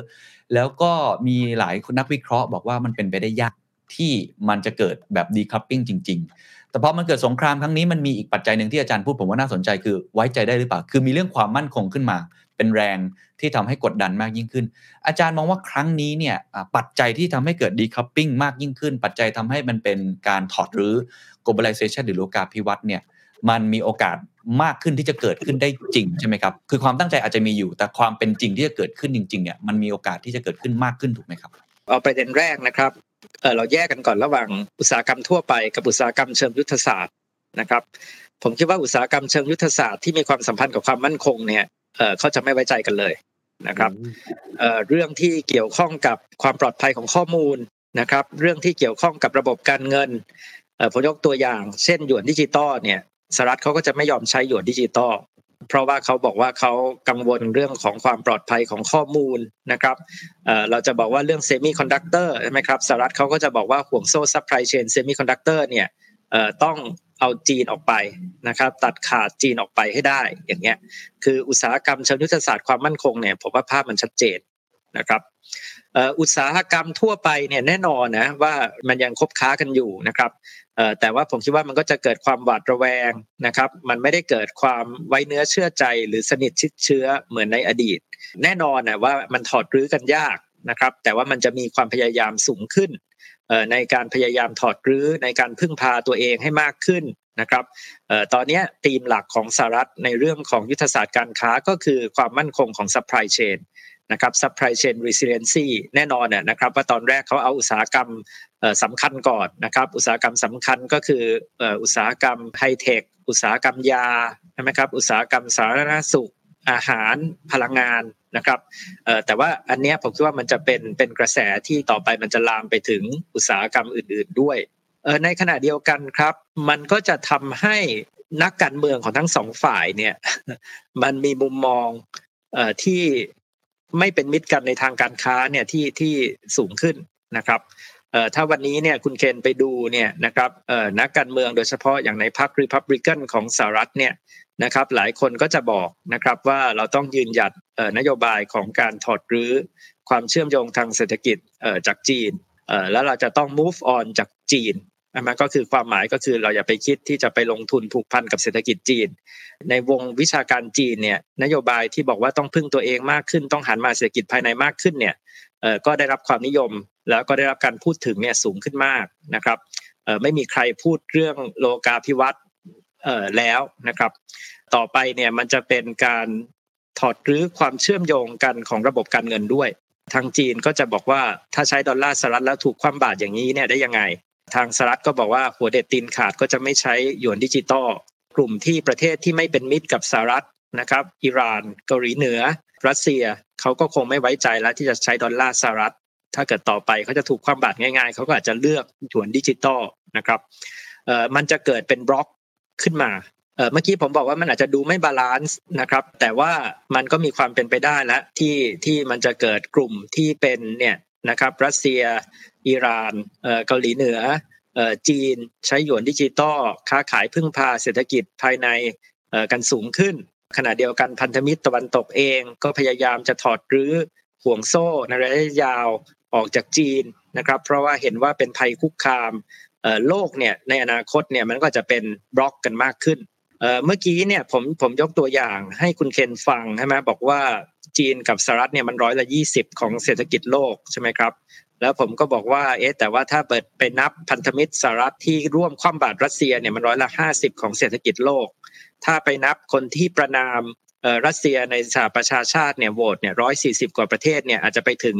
แล้วก็มีหลายนักวิเคราะห์บอกว่ามันเป็นไปได้ยากที่มันจะเกิดแบบ decoupling จริงๆแต่พอมันเกิดสงครามครั้งนี้มันมีอีกปัจจัยหนึ่งที่อาจารย์พูดผมว่าน่าสนใจคือไว้ใจได้หรือเปล่าคือมีเรื่องความมั่นคงขึ้นมาเป็นแรงที่ทำให้กดดันมากยิ่งขึ้นอาจารย์มองว่าครั้งนี้เนี่ยปัจจัยที่ทำให้เกิด decoupling มากยิ่งขึ้นปัจจัยทำให้มันเป็นการถอดรื้อ globalization หรือโลกาภิวัตน์เนี่ยมันมีโอกาสมากขึ้นที่จะเกิดขึ้นได้จริงใช่ไหมครับคือความตั้งใจอาจจะมีอยู่แต่ความเป็นจริงที่จะเกิดขึ้นจริงๆเนี่ยมันมีโอกาสที่จะเกิดขึ้นมากขึ้นถูกไหมครับเอาประเด็นแรกนะครับเราแยกกันก่อนระหว่างอุตสาหกรรมทั่วไปกับอุตสาหกรรมเชิงยุทธศาสตร์นะครับผมคิดว่าอุตสาหกรรมเชิงยุทธศาสตร์ที่มีความสัมพันธ์กับความมั่นคงเนี่ยเขาจะไม่ไว้ใจกันเลยนะครับเรื่องที่เกี่ยวข้องกับความปลอดภัยของข้อมูลนะครับเรื่องที่เกี่ยวข้องกับระบบการเงินผมยกตัวอย่างเช่นหยวนดิจิตอลเนี่ยสหรัฐเขาก็จะไม่ยอมใช้หยวนดิจิตอลเพราะว่าเขาบอกว่าเขากังวลเรื่องของความปลอดภัยของข้อมูลนะครับเราจะบอกว่าเรื่องเซมิคอนดักเตอร์ใช่ไหมครับสหรัฐเขาก็จะบอกว่าห่วงโซ่ซัพพลายเชนเซมิคอนดักเตอร์เนี่ยต้องเอาจีนออกไปนะครับตัดขาดจีนออกไปให้ได้อย่างเงี้ยคืออุตสาหกรรมเชิงยุทธศาสตร์ความมั่นคงเนี่ยผมว่าภาพมันชัดเจนนะครับอุตสาหกรรมทั่วไปเนี่ยแน่นอนนะว่ามันยังคบค้ากันอยู่นะครับแต่ว่าผมคิดว่ามันก็จะเกิดความหวาดระแวงนะครับมันไม่ได้เกิดความไว้เนื้อเชื่อใจหรือสนิทชิดเชื้อเหมือนในอดีตแน่นอนนะว่ามันถอดรื้อกันยากนะครับแต่ว่ามันจะมีความพยายามสูงขึ้นในการพยายามถอดรื้อในการพึ่งพาตัวเองให้มากขึ้นนะครับตอนนี้ธีมหลักของสหรัฐในเรื่องของยุทธศาสตร์การค้าก็คือความมั่นคงของ supply chain นะครับ supply chain resiliency แน่นอนนะครับว่าตอนแรกเขาเอาอุตสาหกรรมสำคัญก่อนนะครับอุตสาหกรรมสำคัญก็คืออุตสาหกรรมไฮเทคอุตสาหกรรมยาใช่ไหมครับอุตสาหกรรมสาธารณสุขอาหารพลังงานนะครับแต่ว่าอันนี้ผมคิดว่ามันจะเป็นกระแสที่ต่อไปมันจะลามไปถึงอุตสาหกรรมอื่นๆด้วยในขณะเดียวกันครับมันก็จะทำให้นักการเมืองของทั้งสองฝ่ายเนี่ยมันมีมุมมองที่ไม่เป็นมิตรกันในทางการค้าเนี่ยที่สูงขึ้นนะครับถ้าวันนี้เนี่ยคุณเคนไปดูเนี่ยนะครับนักการเมืองโดยเฉพาะอย่างในพรรค Republican ของสหรัฐเนี่ยนะครับหลายคนก็จะบอกนะครับว่าเราต้องยืนหยัดนโยบายของการถอดรื้อความเชื่อมโยงทางเศรษฐกิจจากจีนแล้วเราจะต้อง move on จากจีนมันก็คือความหมายก็คือเราอย่าไปคิดที่จะไปลงทุนผูกพันกับเศรษฐกิจจีนในวงวิชาการจีนเนี่ยนโยบายที่บอกว่าต้องพึ่งตัวเองมากขึ้นต้องหันมาเศรษฐกิจภายในมากขึ้นเนี่ยก็ได้รับความนิยมแล้วก็ได้รับการพูดถึงเนี่ยสูงขึ้นมากนะครับไม่มีใครพูดเรื่องโลกาภิวัตน์แล้วนะครับต่อไปเนี่ยมันจะเป็นการถอดรื้อความเชื่อมโยงกันของระบบการเงินด้วยทางจีนก็จะบอกว่าถ้าใช้ดอลลาร์สหรัฐแล้วถูกคว่ำบาตรอย่างนี้เนี่ยได้ยังไงทางสหรัฐก็บอกว่าหัวเด็ดตีนขาดก็จะไม่ใช้หยวนดิจิตอลกลุ่มที่ประเทศที่ไม่เป็นมิตรกับสหรัฐนะครับอิหร่านเกาหลีเหนือรัสเซียเขาก็คงไม่ไว้ใจแล้วที่จะใช้ดอลลาร์สหรัฐถ้าเกิดต่อไปเขาจะถูกคว่ำบาตรง่ายๆเขาก็อาจจะเลือกหยวนดิจิตอลนะครับมันจะเกิดเป็นบล็อกขึ้นมาเมื่อกี้ผมบอกว่ามันอาจจะดูไม่บาลานซ์นะครับแต่ว่ามันก็มีความเป็นไปได้แล้วที่มันจะเกิดกลุ่มที่เป็นเนี่ยนะครับรัสเซียอิหร่านเกาหลีเหนือจีนใช้หยวนดิจิตอลค้าขายพึ่งพาเศรษฐกิจภายในกันสูงขึ้นขณะเดียวกันพันธมิตรตะวันตกเองก็พยายามจะถอดรื้อห่วงโซ่ในระยะยาวออกจากจีนนะครับเพราะว่าเห็นว่าเป็นภัยคุกคามโลกเนี่ยในอนาคตเนี่ยมันก็จะเป็นบล็อกกันมากขึ้นเมื่อกี้เนี่ยผมยกตัวอย่างให้คุณเคนฟังใช่ไหมบอกว่าจีนกับสหรัฐเนี่ยมัน120%ของเศรษฐกิจโลกใช่ไหมครับแล้วผมก็บอกว่าแต่ว่าถ้าไปนับพันธมิตรสหรัฐที่ร่วมคว่ำบาตรรัสเซียเนี่ยมัน50%ของเศรษฐกิจโลกถ้าไปนับคนที่ประณามรัสเซียในสหประชาชาติเนี่ยโหวตเนี่ย140กว่าประเทศเนี่ยอาจจะไปถึง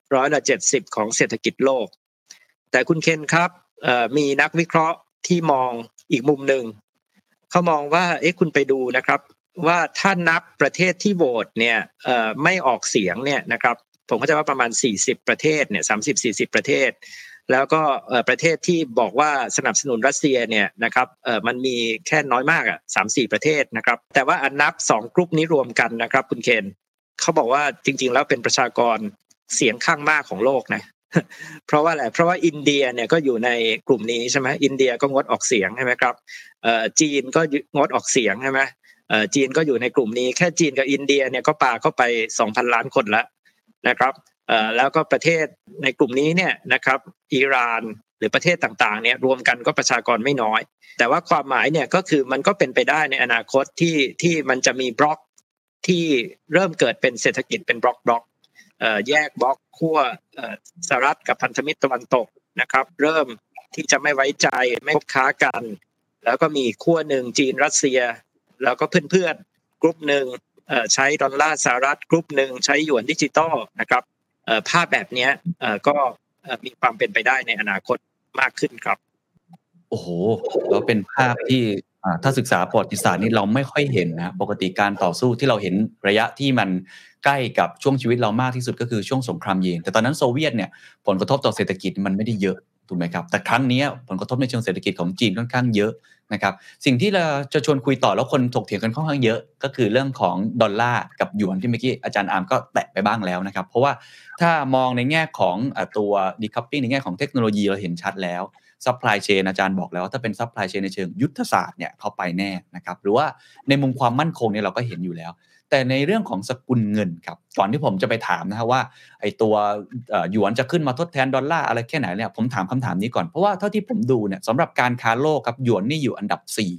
70%ของเศรษฐกิจโลกแต่คุณเคนครับมีนักวิเคราะห์ที่มองอีกมุมหนึ่งเขามองว่าคุณไปดูนะครับว่าถ้านับประเทศที่โหวตเนี่ยไม่ออกเสียงเนี่ยนะครับผมเข้าใจว่าประมาณ40ประเทศเนี่ย30-40ประเทศแล้วก็ประเทศที่บอกว่าสนับสนุนรัสเซียเนี่ยนะครับมันมีแค่น้อยมาก3-4ประเทศนะครับแต่ว่าอันนับ2กลุ่มนี้รวมกันนะครับคุณเคนเขาบอกว่าจริงๆแล้วเป็นประชากรเสียงข้างมากของโลกนะ เพราะว่าอะไรเพราะว่าอินเดียเนี่ยก็อยู่ในกลุ่มนี้ใช่ไหมอินเดียก็งดออกเสียงใช่ไหมครับจีนก็งดออกเสียงใช่ไหมจีนก็อยู่ในกลุ่มนี้แค่จีนกับอินเดียเนี่ยก็ปาเข้าไป 2,000 ล้านคนแล้วนะครับแล้วก็ประเทศในกลุ่มนี้เนี่ยนะครับอิหร่านหรือประเทศต่างๆเนี่ยรวมกันก็ประชากรไม่น้อยแต่ว่าความหมายเนี่ยก็คือมันก็เป็นไปได้ในอนาคตที่มันจะมีบล็อกที่เริ่มเกิดเป็นเศรษฐกิจเป็นบล็อกแยกบล็อกขั้วสหรัฐกับพันธมิตรตะวันตกนะครับเริ่มที่จะไม่ไว้ใจไม่คบค้ากันแล้วก็มีขั้วหนึ่งจีนรัสเซียแล้วก็เพื่อนๆกลุ่มหนึ่งใช้ดอลลาร์สหรัฐกลุ่มหนึ่งใช้หยวนดิจิตอลนะครับภาพแบบนี้ก็มีความเป็นไปได้ในอนาคตมากขึ้นครับโอ้โหแล้วเป็นภาพที่ถ้าศึกษาประวัติศาสตร์นี่เราไม่ค่อยเห็นนะปกติการต่อสู้ที่เราเห็นระยะที่มันใกล้กับช่วงชีวิตเรามากที่สุดก็คือช่วงสงครามเย็นแต่ตอนนั้นโซเวียตเนี่ยผลกระทบต่อเศรษฐกิจมันไม่ได้เยอะถูกไหมครับแต่ครั้งนี้ผลกระทบในเชิงเศรษฐกิจของจีนค่อนข้างเยอะนะครับสิ่งที่เราจะชวนคุยต่อแล้วคนถกเถียงกันค่อนข้างเยอะก็คือเรื่องของดอลลาร์กับหยวนที่เมื่อกี้อาจารย์อาร์มก็แตะไปบ้างแล้วนะครับเพราะว่าถ้ามองในแง่ของตัว decoupling ในแง่ของเทคโนโลยีเราเห็นชัดแล้วซัพพลายเชนอาจารย์บอกแล้วถ้าเป็นซัพพลายเชนในเชิงยุทธศาสตร์เนี่ยเขาไปแน่นะครับหรือว่าในมุมความมั่นคงเนี่ยเราก็เห็นอยู่แล้วแต่ในเรื่องของสกุลเงินครับก่อนที่ผมจะไปถามนะครับว่าไอ้ตัวหยวนจะขึ้นมาทดแทนดอลลาร์อะไรแค่ไหนเนี่ยผมถามคำถามนี้ก่อนเพราะว่าเท่าที่ผมดูเนี่ยสำหรับการค้าโลกครับหยวนนี่อยู่อันดับ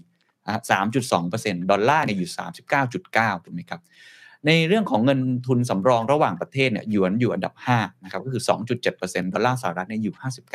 3.2% ดอลลาร์เนี่ยอยู่ 39.9 ถูกไหมครับในเรื่องของเงินทุนสำรองระหว่างประเทศเนี่ยหยวนอยู่อันดับ5นะครับก็คือ 2.7% ดอลลาร์สหรัฐเนี่ยอยู่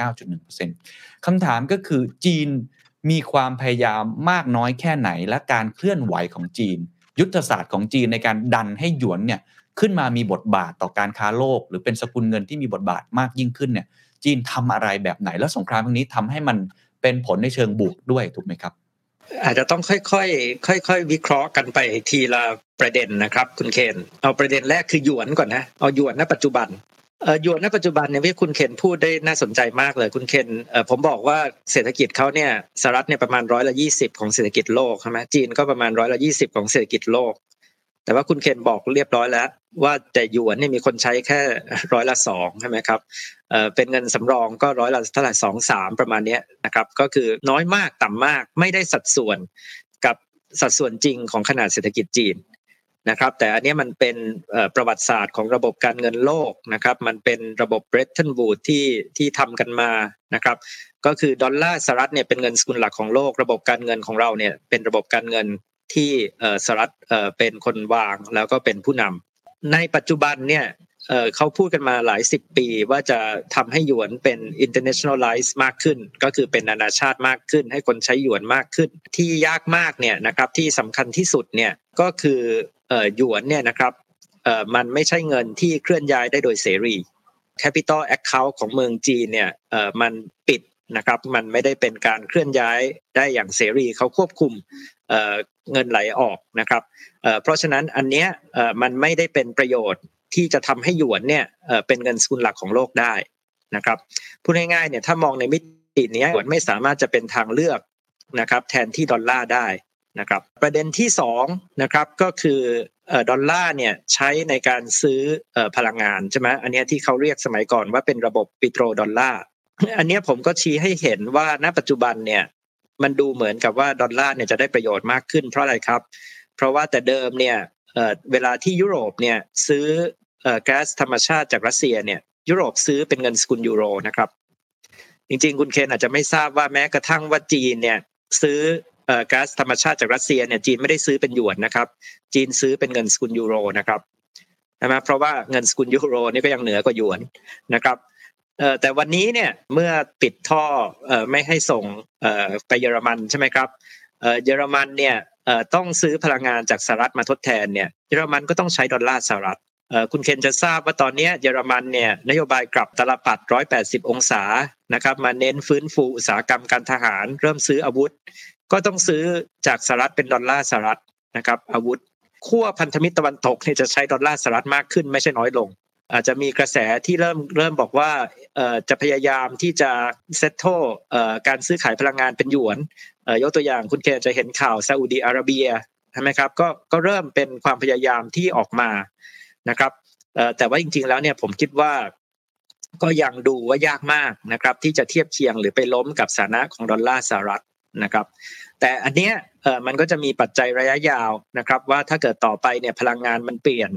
59.1% คำถามก็คือจีนมีความพยายามมากน้อยแค่ไหนและการเคลื่อนไหวของจีนยุทธศาสตร์ของจีนในการดันให้หยวนเนี่ยขึ้นมามีบทบาทต่อการค้าโลกหรือเป็นสกุลเงินที่มีบทบาทมากยิ่งขึ้นเนี่ยจีนทำอะไรแบบไหนแล้วสงครามครั้งนี้ทำให้มันเป็นผลในเชิงบวกด้วยถูกไหมครับอาจจะต้องค่อยๆวิเคราะห์กันไปทีละประเด็นนะครับคุณเคนเอาประเด็นแรกคือหยวนก่อนนะเอาหยวนณปัจจุบันหยวนณปัจจุบันเนี่ยที่คุณเคนพูดได้น่าสนใจมากเลยคุณเคนผมบอกว่าเศรษฐกิจเขาเนี่ยสหรัฐเนี่ยประมาณ20%ของเศรษฐกิจโลกใช่ไหมจีนก็ประมาณ20%ของเศรษฐกิจโลกแต่ว่าคุณเคนบอกเรียบร้อยแล้วว่าแต่หยวนเนี่ยมีคนใช้แค่2%ใช่ไหมครับเป็นเงินสำรองก็เท่าไหร่2-3ประมาณนี้นะครับก็คือน้อยมากต่ำมากไม่ได้สัดส่วนกับสัดส่วนจริงของขนาดเศรษฐกิจจีนนะครับแต่อันนี้มันเป็นประวัติศาสตร์ของระบบการเงินโลกนะครับมันเป็นระบบเบรตตันวูดที่ทำกันมานะครับก็คือดอลลาร์สหรัฐเนี่ยเป็นเงินสกุลหลักของโลกระบบการเงินของเราเนี่ยเป็นระบบการเงินที่สหรัฐเป็นคนวางแล้วก็เป็นผู้นำในปัจจุบันเนี่ยเขาพูดกันมาหลาย10ปีว่าจะทำให้หยวนเป็น internationalize มากขึ้นก็คือเป็นนานาชาติมากขึ้นให้คนใช้หยวนมากขึ้นที่ยากมากเนี่ยนะครับที่สำคัญที่สุดเนี่ยก็คือหยวนเนี่ยนะครับมันไม่ใช่เงินที่เคลื่อนย้ายได้โดยเสรี Capital Account ของเมืองจีนเนี่ยมันปิดนะครับมันไม่ได้เป็นการเคลื่อนย้ายได้อย่างเสรีเขาควบคุมเงินไหลออกนะครับเพราะฉะนั้นอันเนี้ยมันไม่ได้เป็นประโยชน์ที่จะทำให้หยวนเนี่ยเป็นเงินสกุลหลักของโลกได้นะครับพูดง่ายๆเนี่ยถ้ามองในมิตินี้หยวนไม่สามารถจะเป็นทางเลือกนะครับแทนที่ดอลลาร์ได้นะครับประเด็นที่2นะครับก็คือดอลลาร์เนี่ยใช้ในการซื้อพลังงานใช่ไหมอันนี้ที่เขาเรียกสมัยก่อนว่าเป็นระบบปิโตรดอลลาร์อันนี้ผมก็ชี้ให้เห็นว่าณปัจจุบันเนี่ยมันดูเหมือนกับว่าดอลลาร์เนี่ยจะได้ประโยชน์มากขึ้นเพราะอะไรครับเพราะว่าแต่เดิมเนี่ยเวลาที่ยุโรปเนี่ยซื้อก๊าซธรรมชาติจากรัสเซียเนี่ยยุโรปซื้อเป็นเงินสกุลยูโรนะครับจริงๆคุณเคนอาจจะไม่ทราบว่าแม้กระทั่งว่าจีนเนี่ยซื้อก๊าซธรรมชาติจากรัสเซียเนี่ยจีนไม่ได้ซื้อเป็นหยวนนะครับจีนซื้อเป็นเงินสกุลยูโรนะครับใช่ไหมเพราะว่าเงินสกุลยูโรนี่ก็ยังเหนือกว่าหยวนนะครับแต่วันนี้เนี่ยเมื่อปิดท่อไม่ให้ส่งไปเยอรมันใช่ไหมครับเยอรมันเนี่ยต้องซื้อพลังงานจากสหรัฐมาทดแทนเนี่ยเยอรมันก็ต้องใช้ดอลลาร์สหรัฐคุณเคนจะทราบว่าตอนนี้เยอรมันเนี่ยนโยบายกลับตลปัด180องศานะครับมาเน้นฟื้นฟูอุตสาหกรรมการทหารเริ่มซื้ออาวุธก็ต้องซื้อจากสหรัฐเป็นดอลลาร์สหรัฐนะครับอาวุธขั้วพันธมิตรตะวันตกเนี่ยจะใช้ดอลลาร์สหรัฐมากขึ้นไม่ใช่น้อยลงอาจจะมีกระแสที่เริ่มบอกว่าจะพยายามที่จะเซตโตการซื้อขายพลังงานเป็นหยวนยกตัวอย่างคุณเคนจะเห็นข่าวซาอุดีอาระเบียใช่ไหมครับก็เริ่มเป็นความพยายามที่ออกมานะครับแต่ว่าจริงๆแล้วเนี่ยผมคิดว่าก็ยังดูว่ายากมากนะครับที่จะเทียบเคียงหรือไปล้มกับสถานะของดอลลาร์สหรัฐนะครับแต่อันเนี้ยมันก็จะมีปัจจัยระยะยาวนะครับว่าถ้าเกิดต่อไปเนี่ยพลังงานมันเปลี่ยน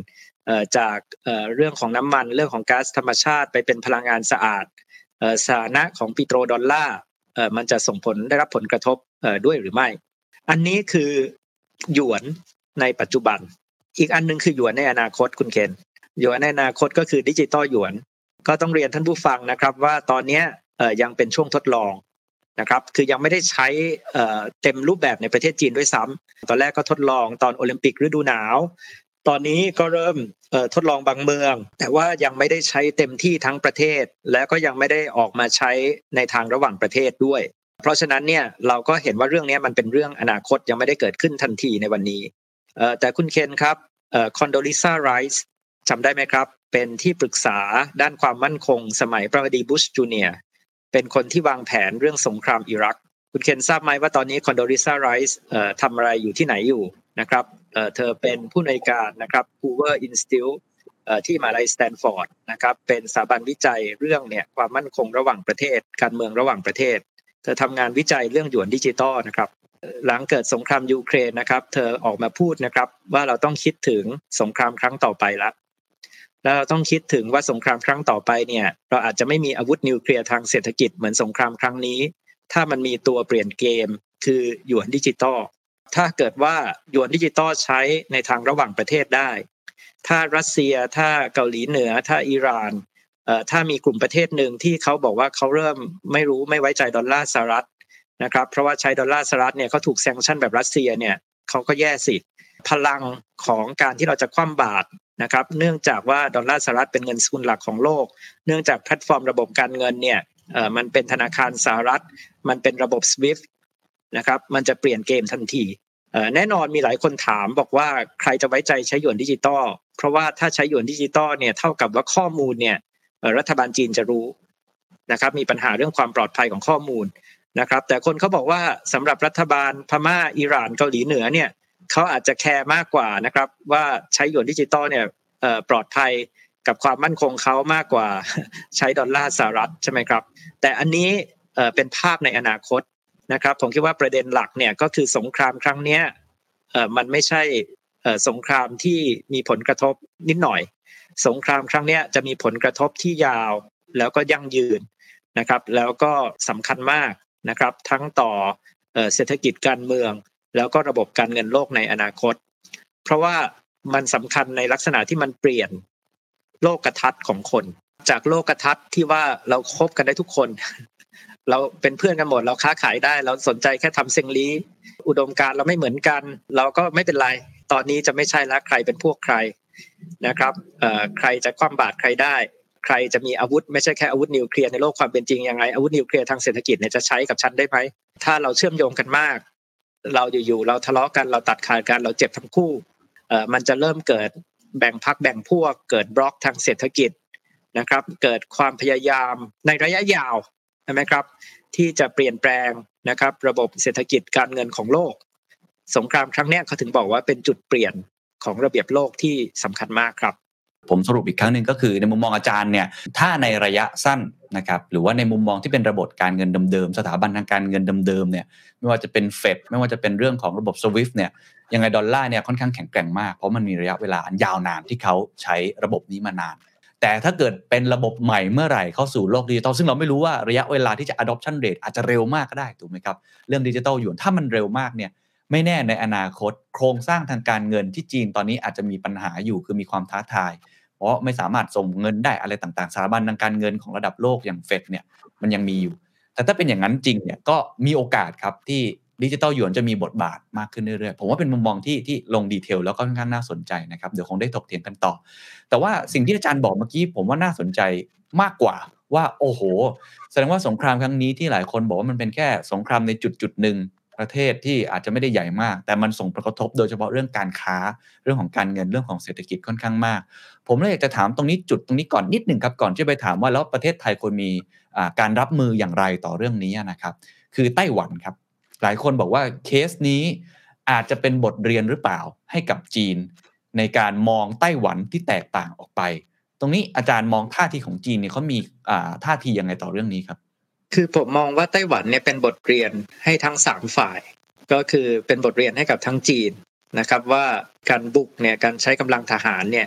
จากเรื่องของน้ำมันเรื่องของก๊าซธรรมชาติไปเป็นพลังงานสะอาดสถานะของปิโตรดอลลาร์มันจะส่งผลได้รับผลกระทบด้วยหรือไม่อันนี้คือหยวนในปัจจุบันอีกอันนึงคือหยวนในอนาคตคุณเคนหยวนในอนาคตก็คือดิจิตอลหยวนก็ต้องเรียนท่านผู้ฟังนะครับว่าตอนนี้ยังเป็นช่วงทดลองนะครับคือยังไม่ได้ใช้เต็มรูปแบบในประเทศจีนด้วยซ้ำตอนแรกก็ทดลองตอนโอลิมปิกฤดูหนาวตอนนี้ก็เริ่มทดลองบางเมืองแต่ว่ายังไม่ได้ใช้เต็มที่ทั้งประเทศและก็ยังไม่ได้ออกมาใช้ในทางระหว่างประเทศด้วยเพราะฉะนั้นเนี่ยเราก็เห็นว่าเรื่องนี้มันเป็นเรื่องอนาคตยังไม่ได้เกิดขึ้นทันทีในวันนี้แต่คุณเคนครับคอนโดลิซาไรซ์จำได้ไหมครับเป็นที่ปรึกษาด้านความมั่นคงสมัยประธานาธิบดีบุชจูเนียร์เป็นคนที่วางแผนเรื่องสงครามอิรักคุณเคนทราบไหมว่าตอนนี้คอนโดลิซาไรซ์ทำอะไรอยู่ที่ไหนอยู่นะครับเธอเป็นผู้อำนวยการนะครับ Hoover Institute ที่มหาวิทยาลัยสแตนฟอร์ดนะครับเป็นสถาบันวิจัยเรื่องเนี่ยความมั่นคงระหว่างประเทศการเมืองระหว่างประเทศเธอทำงานวิจัยเรื่องหยวนดิจิตอลนะครับหลังเกิดสงครามยูเครนนะครับเธอออกมาพูดนะครับว่าเราต้องคิดถึงสงครามครั้งต่อไปแล้วเราต้องคิดถึงว่าสงครามครั้งต่อไปเนี่ยเราอาจจะไม่มีอาวุธนิวเคลียร์ทางเศรษฐกิจเหมือนสงครามครั้งนี้ถ้ามันมีตัวเปลี่ยนเกมคือหยวนดิจิตอลถ้าเกิดว่าหยวนดิจิตอลใช้ในทางระหว่างประเทศได้ถ้ารัสเซียถ้าเกาหลีเหนือถ้าอิหร่านถ้ามีกลุ่มประเทศหนึ่งที่เขาบอกว่าเขาเริ่มไม่ไว้ใจดอลลาร์สหรัฐนะครับเพราะว่าใช้ดอลลาร์สหรัฐเนี่ยเขาถูกแซงชั่นแบบรัสเซียเนี่ยเขาก็แย่สิพลังของการที่เราจะคว่ำบาตรนะครับเนื่องจากว่าดอลลาร์สหรัฐเป็นเงินสกุลหลักของโลกเนื่องจากแพลตฟอร์มระบบการเงินเนี่ยมันเป็นธนาคารสหรัฐมันเป็นระบบ SWIFT นะครับมันจะเปลี่ยนเกมทันทีแน่นอนมีหลายคนถามบอกว่าใครจะไว้ใจใช้หยวนดิจิตอลเพราะว่าถ้าใช้หยวนดิจิตอลเนี่ยเท่ากับว่าข้อมูลเนี่ยรัฐบาลจีนจะรู้นะครับมีปัญหาเรื่องความปลอดภัยของข้อมูลนะครับแต่คนเขาบอกว่าสำหรับรัฐบาลพม่าอิหร่านเกาหลีเหนือเนี่ยเขาอาจจะแคร์มากกว่านะครับว่าใช้หยวนดิจิตอลเนี่ยปลอดภัยกับความมั่นคงเขามากกว่าใช้ดอลลาร์สหรัฐใช่ไหมครับแต่อันนี้เป็นภาพในอนาคตนะครับผมคิดว่าประเด็นหลักเนี่ยก็คือสงครามครั้งนี้มันไม่ใช่สงครามที่มีผลกระทบนิดหน่อยสงครามครั้งนี้จะมีผลกระทบที่ยาวแล้วก็ยั่งยืนนะครับแล้วก็สำคัญมากนะครับทั้งต่อเศรษฐกิจการเมืองแล้วก็ระบบการเงินโลกในอนาคตเพราะว่ามันสำคัญในลักษณะที่มันเปลี่ยนโลกทัศน์ของคนจากโลกทัศน์ที่ว่าเราคบกันได้ทุกคนเราเป็นเพื่อนกันหมดเราค้าขายได้เราสนใจแค่ทำเซ็งลี้อุดมการณ์เราไม่เหมือนกันเราก็ไม่เป็นไรตอนนี้จะไม่ใช่แล้วใครเป็นพวกใครนะครับใครจะคว่ำบาตรใครได้ใครจะมีอาวุธไม่ใช่แค่อาวุธนิวเคลียร์ในโลกความเป็นจริงยังไงอาวุธนิวเคลียร์ทางเศรษฐกิจเนี่ยจะใช้กับฉันได้ไหมถ้าเราเชื่อมโยงกันมากเราอยู่ๆเราทะเลาะกันเราตัดขาดกันเราเจ็บทั้งคู่มันจะเริ่มเกิดแบ่งพรรคแบ่งพวกเกิดบล็อกทางเศรษฐกิจนะครับเกิดความพยายามในระยะยาวใช่ไหมครับที่จะเปลี่ยนแปลงนะครับระบบเศรษฐกิจการเงินของโลกสงครามครั้งนี้เขาถึงบอกว่าเป็นจุดเปลี่ยนของระเบียบโลกที่สำคัญมากครับผมสรุปอีกครั้งหนึ่งก็คือในมุมมองอาจารย์เนี่ยถ้าในระยะสั้นนะครับหรือว่าในมุมมองที่เป็นระบบการเงินเดิมๆสถาบันทางการเงินเดิมๆเนี่ยไม่ว่าจะเป็นเฟดไม่ว่าจะเป็นเรื่องของระบบ SWIFT เนี่ยยังไงดอลลาร์เนี่ยค่อนข้างแข็งแกร่งมากเพราะมันมีระยะเวลาอันยาวนานที่เขาใช้ระบบนี้มานานแต่ถ้าเกิดเป็นระบบใหม่เมื่อไหร่เข้าสู่โลกดิจิทัลซึ่งเราไม่รู้ว่าระยะเวลาที่จะ adoption rate อาจจะเร็วมากก็ได้ถูกไหมครับเรื่องดิจิทัลหยวนถ้ามันเร็วมากเนี่ยไม่แน่ในอนาคตโครงสร้างทางการเงินที่จีนตอนนี้อาจจะมีปัญหาอยู่คือมีความท้าทายเพราะไม่สามารถส่งเงินได้อะไรต่างๆสถาบันทางการเงินของระดับโลกอย่างเฟดเนี่ยมันยังมีอยู่แต่ถ้าเป็นอย่างนั้นจริงเนี่ยก็มีโอกาสครับที่ดิจิทัลหยวนจะมีบทบาทมากขึ้นเรื่อยๆผมว่าเป็นมุมมองที่ลงดีเทลแล้วก็ค่อนข้างน่าสนใจนะครับเดี๋ยวคงได้ถกเถียงกันต่อแต่ว่าสิ่งที่อาจารย์บอกเมื่อกี้ผมว่าน่าสนใจมากกว่าว่าโอ้โหแสดงว่าสงครามครั้งนี้ที่หลายคนบอกว่ามันเป็นแค่สงครามในจุดหนึ่งประเทศที่อาจจะไม่ได้ใหญ่มากแต่มันส่งผลกระทบโดยเฉพาะเรื่องการค้าเรื่องของการเงินเรื่องของเศรษฐกิจค่อนข้างมากผมเลยอยากจะถามตรงนี้ก่อนนิดนึงครับก่อนที่ไปถามว่าแล้วประเทศไทยควรมีการรับมืออย่างไรต่อเรื่องนี้นะครับคือไต้หวันครับหลายคนบอกว่าเคสนี้อาจจะเป็นบทเรียนหรือเปล่าให้กับจีนในการมองไต้หวันที่แตกต่างออกไปตรงนี้อาจารย์มองท่าทีของจีนเนี่ยเขามีท่าทียังไงต่อเรื่องนี้ครับคือผมมองว่าไต้หวันเนี่ยเป็นบทเรียนให้ทั้ง3ฝ่ายก็คือเป็นบทเรียนให้กับทั้งจีนนะครับว่าการบุกเนี่ยการใช้กำลังทหารเนี่ย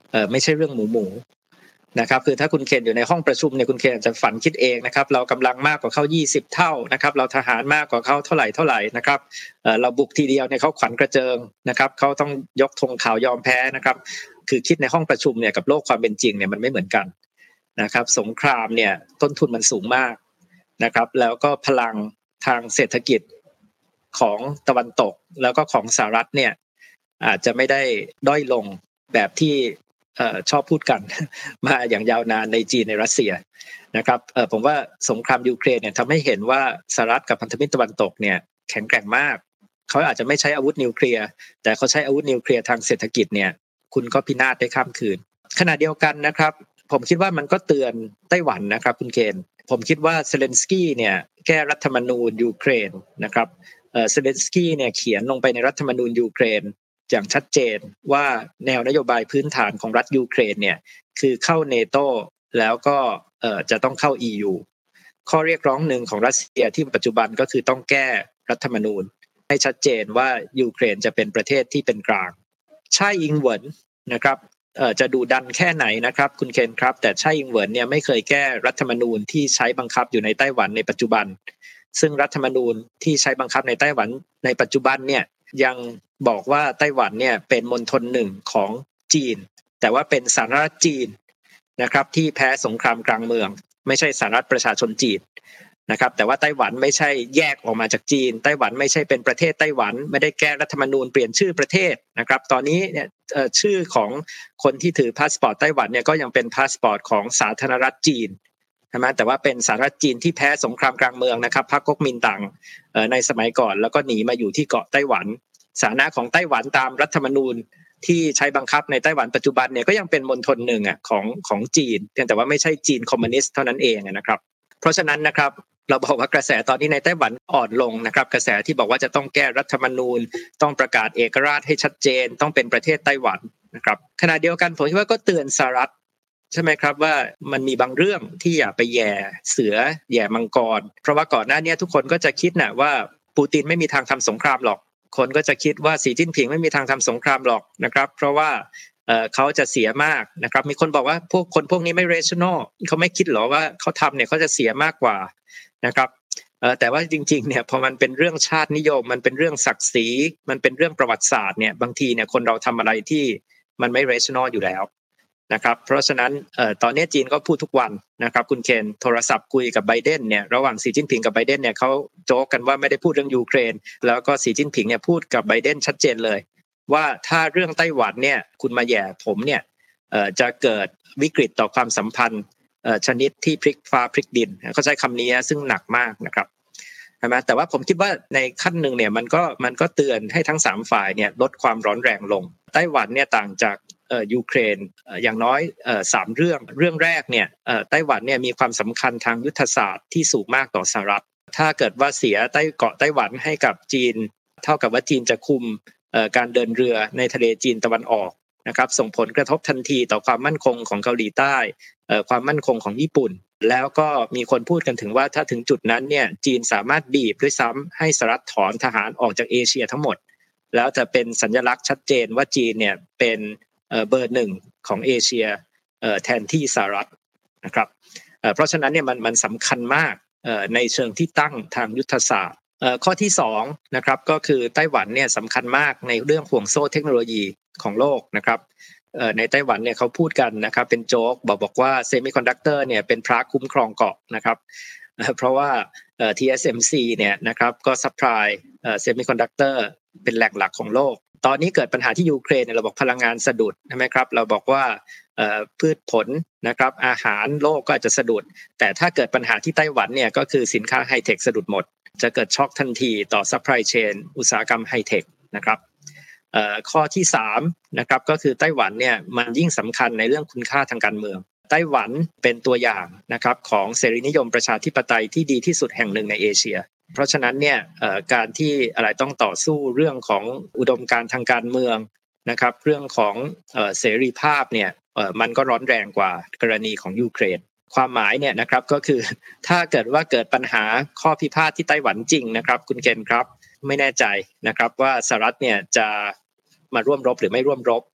ไม่ใช่เรื่องหมูนะครับคือถ้าคุณเคนอยู่ในห้องประชุมเนี่ยคุณเคนอาจจะฝันคิดเองนะครับเรากำลังมากกว่าเขา20เท่านะครับเราทหารมากกว่าเขาเท่าไหร่นะครับเราบุกทีเดียวเนี่ยเขาขวัญกระเจิงนะครับเขาต้องยกธงขาวยอมแพ้นะครับคือคิดในห้องประชุมเนี่ยกับโลกความเป็นจริงเนี่ยมันไม่เหมือนกันนะครับสงครามเนี่ยต้นทุนมันสูงมากนะครับแล้วก็พลังทางเศรษฐกิจของตะวันตกแล้วก็ของสหรัฐเนี่ยอาจจะไม่ได้ด้อยลงแบบที่ชอบพูดกันมาอย่างยาวนานในจีนในรัสเซียนะครับผมว่าสงครามยูเครนเนี่ยทำให้เห็นว่าสหรัฐกับพันธมิตรตะวันตกเนี่ยแข็งแกร่งมากเขาอาจจะไม่ใช้อาวุธนิวเคลียร์แต่เขาใช้อาวุธนิวเคลียร์ทางเศรษฐกิจเนี่ยคุณก็พินาศได้ข้ามคืนขณะเดียวกันนะครับผมคิดว่ามันก็เตือนไต้หวันนะครับคุณเคนผมคิดว่าเซเลนสกี้เนี่ยแก้รัฐธรรมนูญยูเครนนะครับเซเลนสกี้เนี่ยเขียนลงไปในรัฐธรรมนูญยูเครนอย่างชัดเจนว่าแนวนโยบายพื้นฐานของรัฐยูเครนเนี่ยคือเข้าเนโตแล้วก็จะต้องเข้า EU ข้อเรียกร้องหนึ่งของรัสเซียที่ปัจจุบันก็คือต้องแก้รัฐธรรมนูญให้ชัดเจนว่ายูเครนจะเป็นประเทศที่เป็นกลางไช่อิงเหวินนะครับจะดูดันแค่ไหนนะครับคุณเคนครับแต่ไช่อิงเหวินเนี่ยไม่เคยแก้รัฐธรรมนูญที่ใช้บังคับอยู่ในไต้หวันในปัจจุบันซึ่งรัฐธรรมนูญที่ใช้บังคับในไต้หวันในปัจจุบันเนี่ยยังบอกว่าไต้หวันเนี่ยเป็นมณฑลหนึ่งของจีนแต่ว่าเป็นสาธารณรัฐจีนนะครับที่แพ้สงครามกลางเมืองไม่ใช่สหรัฐประชาชนจีนนะครับแต่ว่าไต้หวันไม่ใช่แยกออกมาจากจีนไต้หวันไม่ใช่เป็นประเทศไต้หวันไม่ได้แก้รัฐธรรมนูญเปลี่ยนชื่อประเทศนะครับตอนนี้เนี่ยชื่อของคนที่ถือพาสปอร์ตไต้หวันเนี่ยก็ยังเป็นพาสปอร์ตของสาธารณรัฐจีนใช่ไหมแต่ว่าเป็นสาธารณรัฐจีนที่แพ้สงครามกลางเมืองนะครับพรรคก๊กมินตั๋งในสมัยก่อนแล้วก็หนีมาอยู่ที่เกาะไต้หวันสถานะของไต้หวันตามรัฐธรรมนูญที่ใช้บังคับในไต้หวันปัจจุบันเนี่ยก็ยังเป็นมณฑลหนึ่งของจีนแต่ว่าไม่ใช่จีนคอมมิวนิสต์เท่านั้นเองนะครับเพราะฉะนั้นนะครับเราบอกว่ากระแสตอนนี้ในไต้หวันอ่อนลงนะครับกระแสที่บอกว่าจะต้องแก้รัฐธรรมนูญต้องประกาศเอกราชให้ชัดเจนต้องเป็นประเทศไต้หวันนะครับขณะเดียวกันผมคิดว่าก็เตือนสหรัฐใช่ไหมครับว่ามันมีบางเรื่องที่อย่าไปแย่เสือแย่มังกรเพราะว่าก่อนหน้านี้ทุกคนก็จะคิดนะว่าปูตินไม่มีทางทำสงครามหรอกคนก็จะคิดว่าสีจิ้นผิงไม่มีทางทำสงครามหรอกนะครับเพราะว่าเขาจะเสียมากนะครับมีคนบอกว่าพวกนี้ไม่ rational เขาไม่คิดหรอว่าเขาทำเนี่ยเขาจะเสียมากกว่านะครับแต่ว่าจริงๆเนี่ยพอมันเป็นเรื่องชาตินิยมมันเป็นเรื่องศักดิ์ศรีมันเป็นเรื่องประวัติศาสตร์เนี่ยบางทีเนี่ยคนเราทำอะไรที่มันไม่ rational อยู่แล้วนะครับเพราะฉะนั้นตอนนี้จีนก็พูดทุกวันนะครับคุณเคนโทรศัพท์คุยกับไบเดนเนี่ยระหว่างสีจิ้นผิงกับไบเดนเนี่ยเขาโจ๊กกันว่าไม่ได้พูดเรื่องยูเครนแล้วก็สีจิ้นผิงเนี่ยพูดกับไบเดนชัดเจนเลยว่าถ้าเรื่องไต้หวันเนี่ยคุณมาแย่ผมเนี่ยจะเกิดวิกฤตต่อความสัมพันธ์ชนิดที่พลิกฟ้าพลิกดินเขาใช้คำนี้ซึ่งหนักมากนะครับใช่ไหมแต่ว่าผมคิดว่าในขั้นหนึ่งเนี่ยมันก็เตือนให้ทั้ง3ฝ่ายเนี่ยลดความร้อนแรงลงไต้หวันเนี่ยต่างจากยูเครนอย่างน้อย3เรื่องแรกเนี่ยไต้หวันเนี่ยมีความสำคัญทางยุทธศาสตร์ที่สูงมากต่อสหรัฐถ้าเกิดว่าเสียเกาะไต้หวันให้กับจีนเท่ากับว่าจีนจะคุมการเดินเรือในทะเลจีนตะวันออกนะครับส่งผลกระทบทันทีต่อความมั่นคงของเกาหลีใต้ความมั่นคงของญี่ปุ่นแล้วก็มีคนพูดกันถึงว่าถ้าถึงจุดนั้นเนี่ยจีนสามารถบีบด้วยซ้ำให้สหรัฐถอนทหารออกจากเอเชียทั้งหมดแล้วจะเป็นสัญลักษณ์ชัดเจนว่าจีนเนี่ยเป็นเบอร์หนึ่งของเอเชียแทนที่สหรัฐนะครับเพราะฉะนั้นเนี่ยมันสำคัญมากในเชิงที่ตั้งทางยุทธศาสตร์ข้อที่2นะครับก็คือไต้หวันเนี่ยสำคัญมากในเรื่องห่วงโซ่เทคโนโลยีของโลกนะครับในไต้หวันเนี่ยเขาพูดกันนะครับเป็นโจ๊กบอกว่าเซมิคอนดักเตอร์เนี่ยเป็นพระคุ้มครองเกาะนะครับเพราะว่าTSMC เนี่ยนะครับก็ซัพพลายเซมิคอนดักเตอร์เป็นแหล่งหลักของโลกตอนนี้เกิดปัญหาที่ยูเครนเนี่ยเราบอกพลังงานสะดุดใช่ไหมครับเราบอกว่าพืชผลนะครับอาหารโลกก็อาจจะสะดุดแต่ถ้าเกิดปัญหาที่ไต้หวันเนี่ยก็คือสินค้าไฮเทคสะดุดหมดจะเกิดช็อคทันทีต่อซัพพลายเชนอุตสาหกรรมไฮเทคนะครับข้อที่3นะครับก็คือไต้หวันเนี่ยมันยิ่งสำคัญในเรื่องคุณค่าทางการเมืองไต้หวันเป็นตัวอย่างนะครับของเสรีนิยมประชาธิปไตยที่ดีที่สุดแห่งหนึ่งในเอเชียเพราะฉะนั้นเนี่ยการที่อะไรต้องต่อสู้เรื่องของอุดมการณ์ทางการเมืองนะครับเรื่องของเสรีภาพเนี่ยมันก็ร้อนแรงกว่ากรณีของยูเครนความหมายเนี่ยนะครับก็คือถ้าเกิดว่าเกิดปัญหาข้อพิพาทที่ไต้หวันจริงนะครับคุณเคนครับไม่แน่ใจนะครับว่าสหรัฐเนี่ยจะมาร่วมรบหรือไม่ร่วมรบ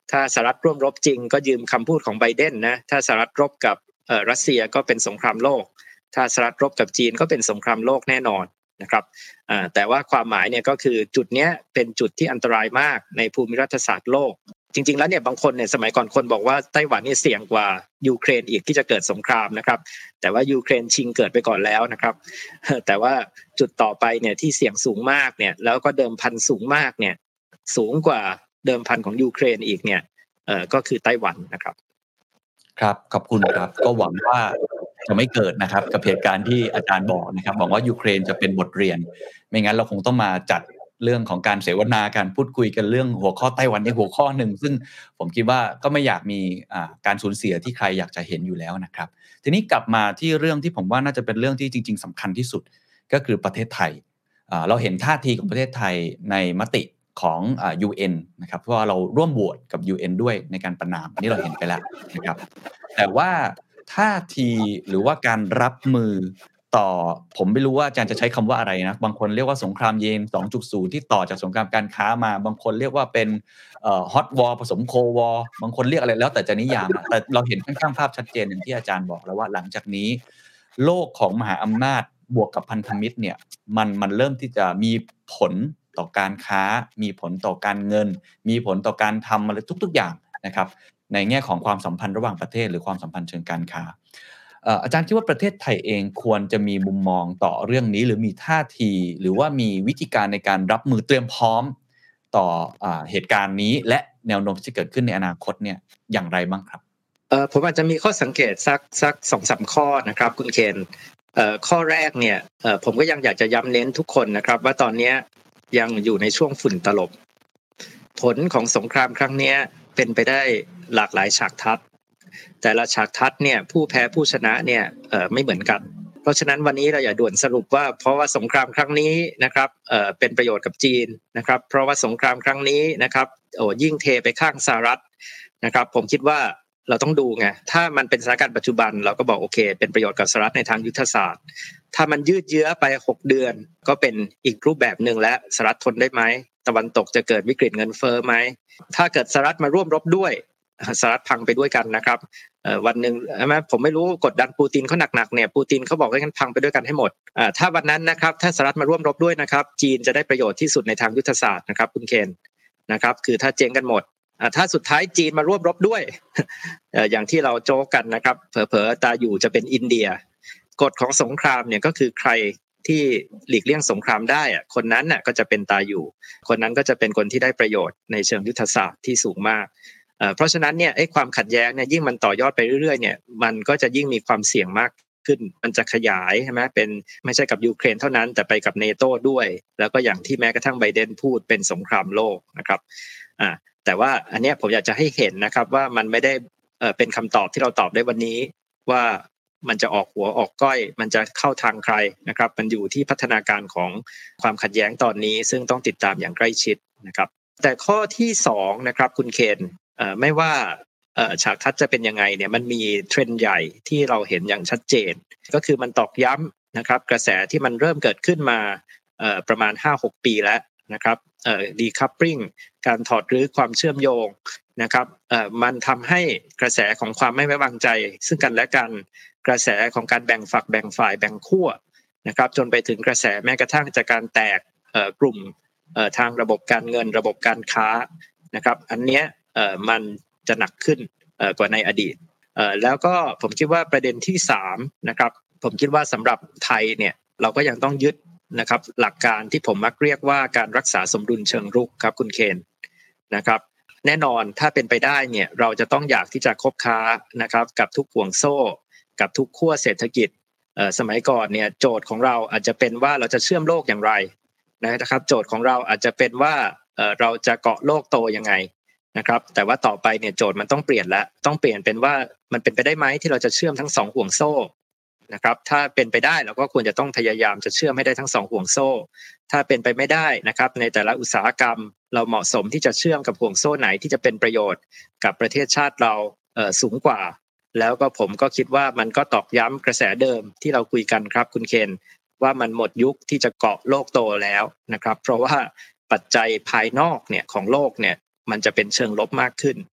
ถ้าสหรัฐร่วมรบจริงก็ยืมคำพูดของไบเดนนะถ้าสหรัฐรบกับรัสเซียก็เป็นสงครามโลกถ้าสหรัฐรบกับจีนก็เป็นสงครามโลกแน่นอนนะครับแต่ว่าความหมายเนี่ยก็คือจุดเนี้ยเป็นจุดที่อันตรายมากในภูมิรัฐศาสตร์โลกจริงๆแล้วเนี่ยบางคนเนี่ยสมัยก่อนคนบอกว่าไต้หวันนี่เสี่ยงกว่ายูเครนอีกที่จะเกิดสงครามนะครับแต่ว่ายูเครนชิงเกิดไปก่อนแล้วนะครับแต่ว่าจุดต่อไปเนี่ยที่เสี่ยงสูงมากเนี่ยแล้วก็เดิมพันสูงมากเนี่ยสูงกว่าเดิมพันของยูเครนอีกเนี่ยก็คือไต้หวันนะครับครับขอบคุณครับก็หวังว่าจะไม่เกิดนะครับกับเหตุการณ์ที่อาจารย์บอกนะครับหวังว่ายูเครนจะเป็นบทเรียนไม่งั้นเราคงต้องมาจัดเรื่องของการเสวนาการพูดคุยกันเรื่องหัวข้อไต้หวันในหัวข้อหนึ่งซึ่งผมคิดว่าก็ไม่อยากมีการสูญเสียที่ใครอยากจะเห็นอยู่แล้วนะครับทีนี้กลับมาที่เรื่องที่ผมว่าน่าจะเป็นเรื่องที่จริงๆสำคัญที่สุดก็คือประเทศไทยเราเห็นท่าทีของประเทศไทยในมติของUN นะครับเพราะว่าเราร่วมโหวตกับ UN ด้วยในการประณามอันนี้เราเห็นไปแล้วนะครับแต่ว่าท่าทีหรือว่าการรับมือต่อผมไม่รู้ว่าอาจารย์จะใช้คำว่าอะไรนะบางคนเรียกว่าสงครามเย็น 2.0 ที่ต่อจากสงครามการค้ามาบางคนเรียกว่าเป็นhot war ผสม cold war บางคนเรียกอะไรแล้วแต่จะนิยามแต่เราเห็นค่อนข้างภาพชัดเจนอย่างที่อาจารย์บอกแล้วว่าหลังจากนี้โลกของมหาอำนาจบวกกับพันธมิตรเนี่ยมันเริ่มที่จะมีผลต่อการค้ามีผลต่อการเงินมีผลต่อการทำอะไรทุกๆอย่างนะครับในแง่ของความสัมพันธ์ระหว่างประเทศหรือความสัมพันธ์เชิงการค้าอาจารย์คิดว่าประเทศไทยเองควรจะมีมุมมองต่อเรื่องนี้หรือมีท่าทีหรือว่ามีวิธีการในการรับมือเตรียมพร้อมต่อเหตุการณ์นี้และแนวโน้มที่จะเกิดขึ้นในอนาคตเนี่ยอย่างไรบ้างครับผมอาจจะมีข้อสังเกตสัก 2-3 ข้อนะครับคุณเคนข้อแรกเนี่ยผมก็ยังอยากจะย้ำเน้นทุกคนนะครับว่าตอนนี้ยังอยู่ในช่วงฝุ่นตลบผลของสงครามครั้งนี้เป็นไปได้หลากหลายฉากทัศน์แต่ละฉากทัศน์เนี่ยผู้แพ้ผู้ชนะเนี่ยไม่เหมือนกันเพราะฉะนั้นวันนี้เราอย่าด่วนสรุปว่าเพราะว่าสงครามครั้งนี้นะครับเป็นประโยชน์กับจีนนะครับเพราะว่าสงครามครั้งนี้นะครับยิ่งเทไปข้างสหรัฐนะครับผมคิดว่าเราต้องดูไงถ้ามันเป็นสถานการณ์ปัจจุบันเราก็บอกโอเคเป็นประโยชน์กับสหรัฐในทางยุทธศาสตร์ถ้ามันยืดเยื้อไป6 เดือนก็เป็นอีกรูปแบบนึงและสหรัฐทนได้ไหมตะวันตกจะเกิดวิกฤตเงินเฟ้อไหมถ้าเกิดสหรัฐมาร่วมรบด้วยสหรัฐพังไปด้วยกันนะครับวันนึงผมไม่รู้กดดันปูตินเขาหนักๆเนี่ยปูตินเขาบอกให้กันพังไปด้วยกันให้หมดถ้าวันนั้นนะครับถ้าสหรัฐมาร่วมรบด้วยนะครับจีนจะได้ประโยชน์ที่สุดในทางยุทธศาสตร์นะครับคุณเคนนะครับคือถ้าเจ๊งกันหมดถ้าสุดท้ายจีนมาร่วมรบด้วยอย่างที่เราโจ๊กกันนะครับเผลอๆตาอยู่จะเป็นอินเดียกฎของสงครามเนี่ยก็คือใครที่หลีกเลี่ยงสงครามได้คนนั้นน่ะก็จะเป็นตาอยู่คนนั้นก็จะเป็นคนที่ได้ประโยชน์ในเชิงยุทธศาสตร์ที่สูงมากเพราะฉะนั้นเนี่ยความขัดแย้งเนี่ยยิ่งมันต่อยอดไปเรื่อยๆเนี่ยมันก็จะยิ่งมีความเสี่ยงมากขึ้นมันจะขยายใช่ไหมเป็นไม่ใช่กับยูเครนเท่านั้นแต่ไปกับเนโต้ด้วยแล้วก็อย่างที่แม้กระทั่งไบเดนพูดเป็นสงครามโลกนะครับแต่ว่าอันนี้ผมอยากจะให้เห็นนะครับว่ามันไม่ได้เป็นคำตอบที่เราตอบได้วันนี้ว่ามันจะออกหัวออกก้อยมันจะเข้าทางใครนะครับมันอยู่ที่พัฒนาการของความขัดแย้งตอนนี้ซึ่งต้องติดตามอย่างใกล้ชิดนะครับแต่ข้อที่2นะครับคุณเคนไม่ว่าฉากทัศน์จะเป็นยังไงเนี่ยมันมีเทรนด์ใหญ่ที่เราเห็นอย่างชัดเจนก็คือมันตอกย้ำนะครับกระแสที่มันเริ่มเกิดขึ้นมาประมาณ 5-6 ปีแล้วนะครับdecoupling การถอดรื้อความเชื่อมโยงนะครับมันทำให้กระแสของความไม่ไว้วางใจซึ่งกันและกันกระแสของการแบ่งฝักแบ่งฝ่ายแบ่งขั้วนะครับจนไปถึงกระแสแม้กระทั่งจากการแตกกลุ่มทางระบบการเงินระบบการค้านะครับอันเนี้ยมันจะหนักขึ้นกว่าในอดีตแล้วก็ผมคิดว่าประเด็นที่3นะครับผมคิดว่าสำหรับไทยเนี่ยเราก็ยังต้องยึดนะครับหลักการที่ผมมักเรียกว่าการรักษาสมดุลเชิงรุกครับคุณเคนนะครับแน่นอนถ้าเป็นไปได้เนี่ยเราจะต้องอยากที่จะคบค้านะครับกับทุกห่วงโซ่กับทุกขั้วเศรษฐกิจสมัยก่อนเนี่ยโจทย์ของเราอาจจะเป็นว่าเราจะเชื่อมโลกอย่างไรนะครับโจทย์ของเราอาจจะเป็นว่าเราจะเกาะโลกโตยังไงนะครับแต่ว่าต่อไปเนี่ยโจทย์มันต้องเปลี่ยนแล้วต้องเปลี่ยนเป็นว่ามันเป็นไปได้ไหมที่เราจะเชื่อมทั้ง2ห่วงโซ่นะครับถ้าเป็นไปได้เราก็ควรจะต้องพยายามจะเชื่อมให้ได้ทั้ง2ห่วงโซ่ถ้าเป็นไปไม่ได้นะครับในแต่ละอุตสาหกรรมเราเหมาะสมที่จะเชื่อมกับห่วงโซ่ไหนที่จะเป็นประโยชน์กับประเทศชาติเราสูงกว่าแล้วก็ผมก็คิดว่ามันก็ตอกย้ำกระแสเดิมที่เราคุยกันครับคุณเคนว่ามันหมดยุคที่จะเกาะโลกโตแล้วนะครับเพราะว่าปัจจัยภายนอกเนี่ยของโลกเนี่ยมันจะเป็นเชิงลบมากขึ้น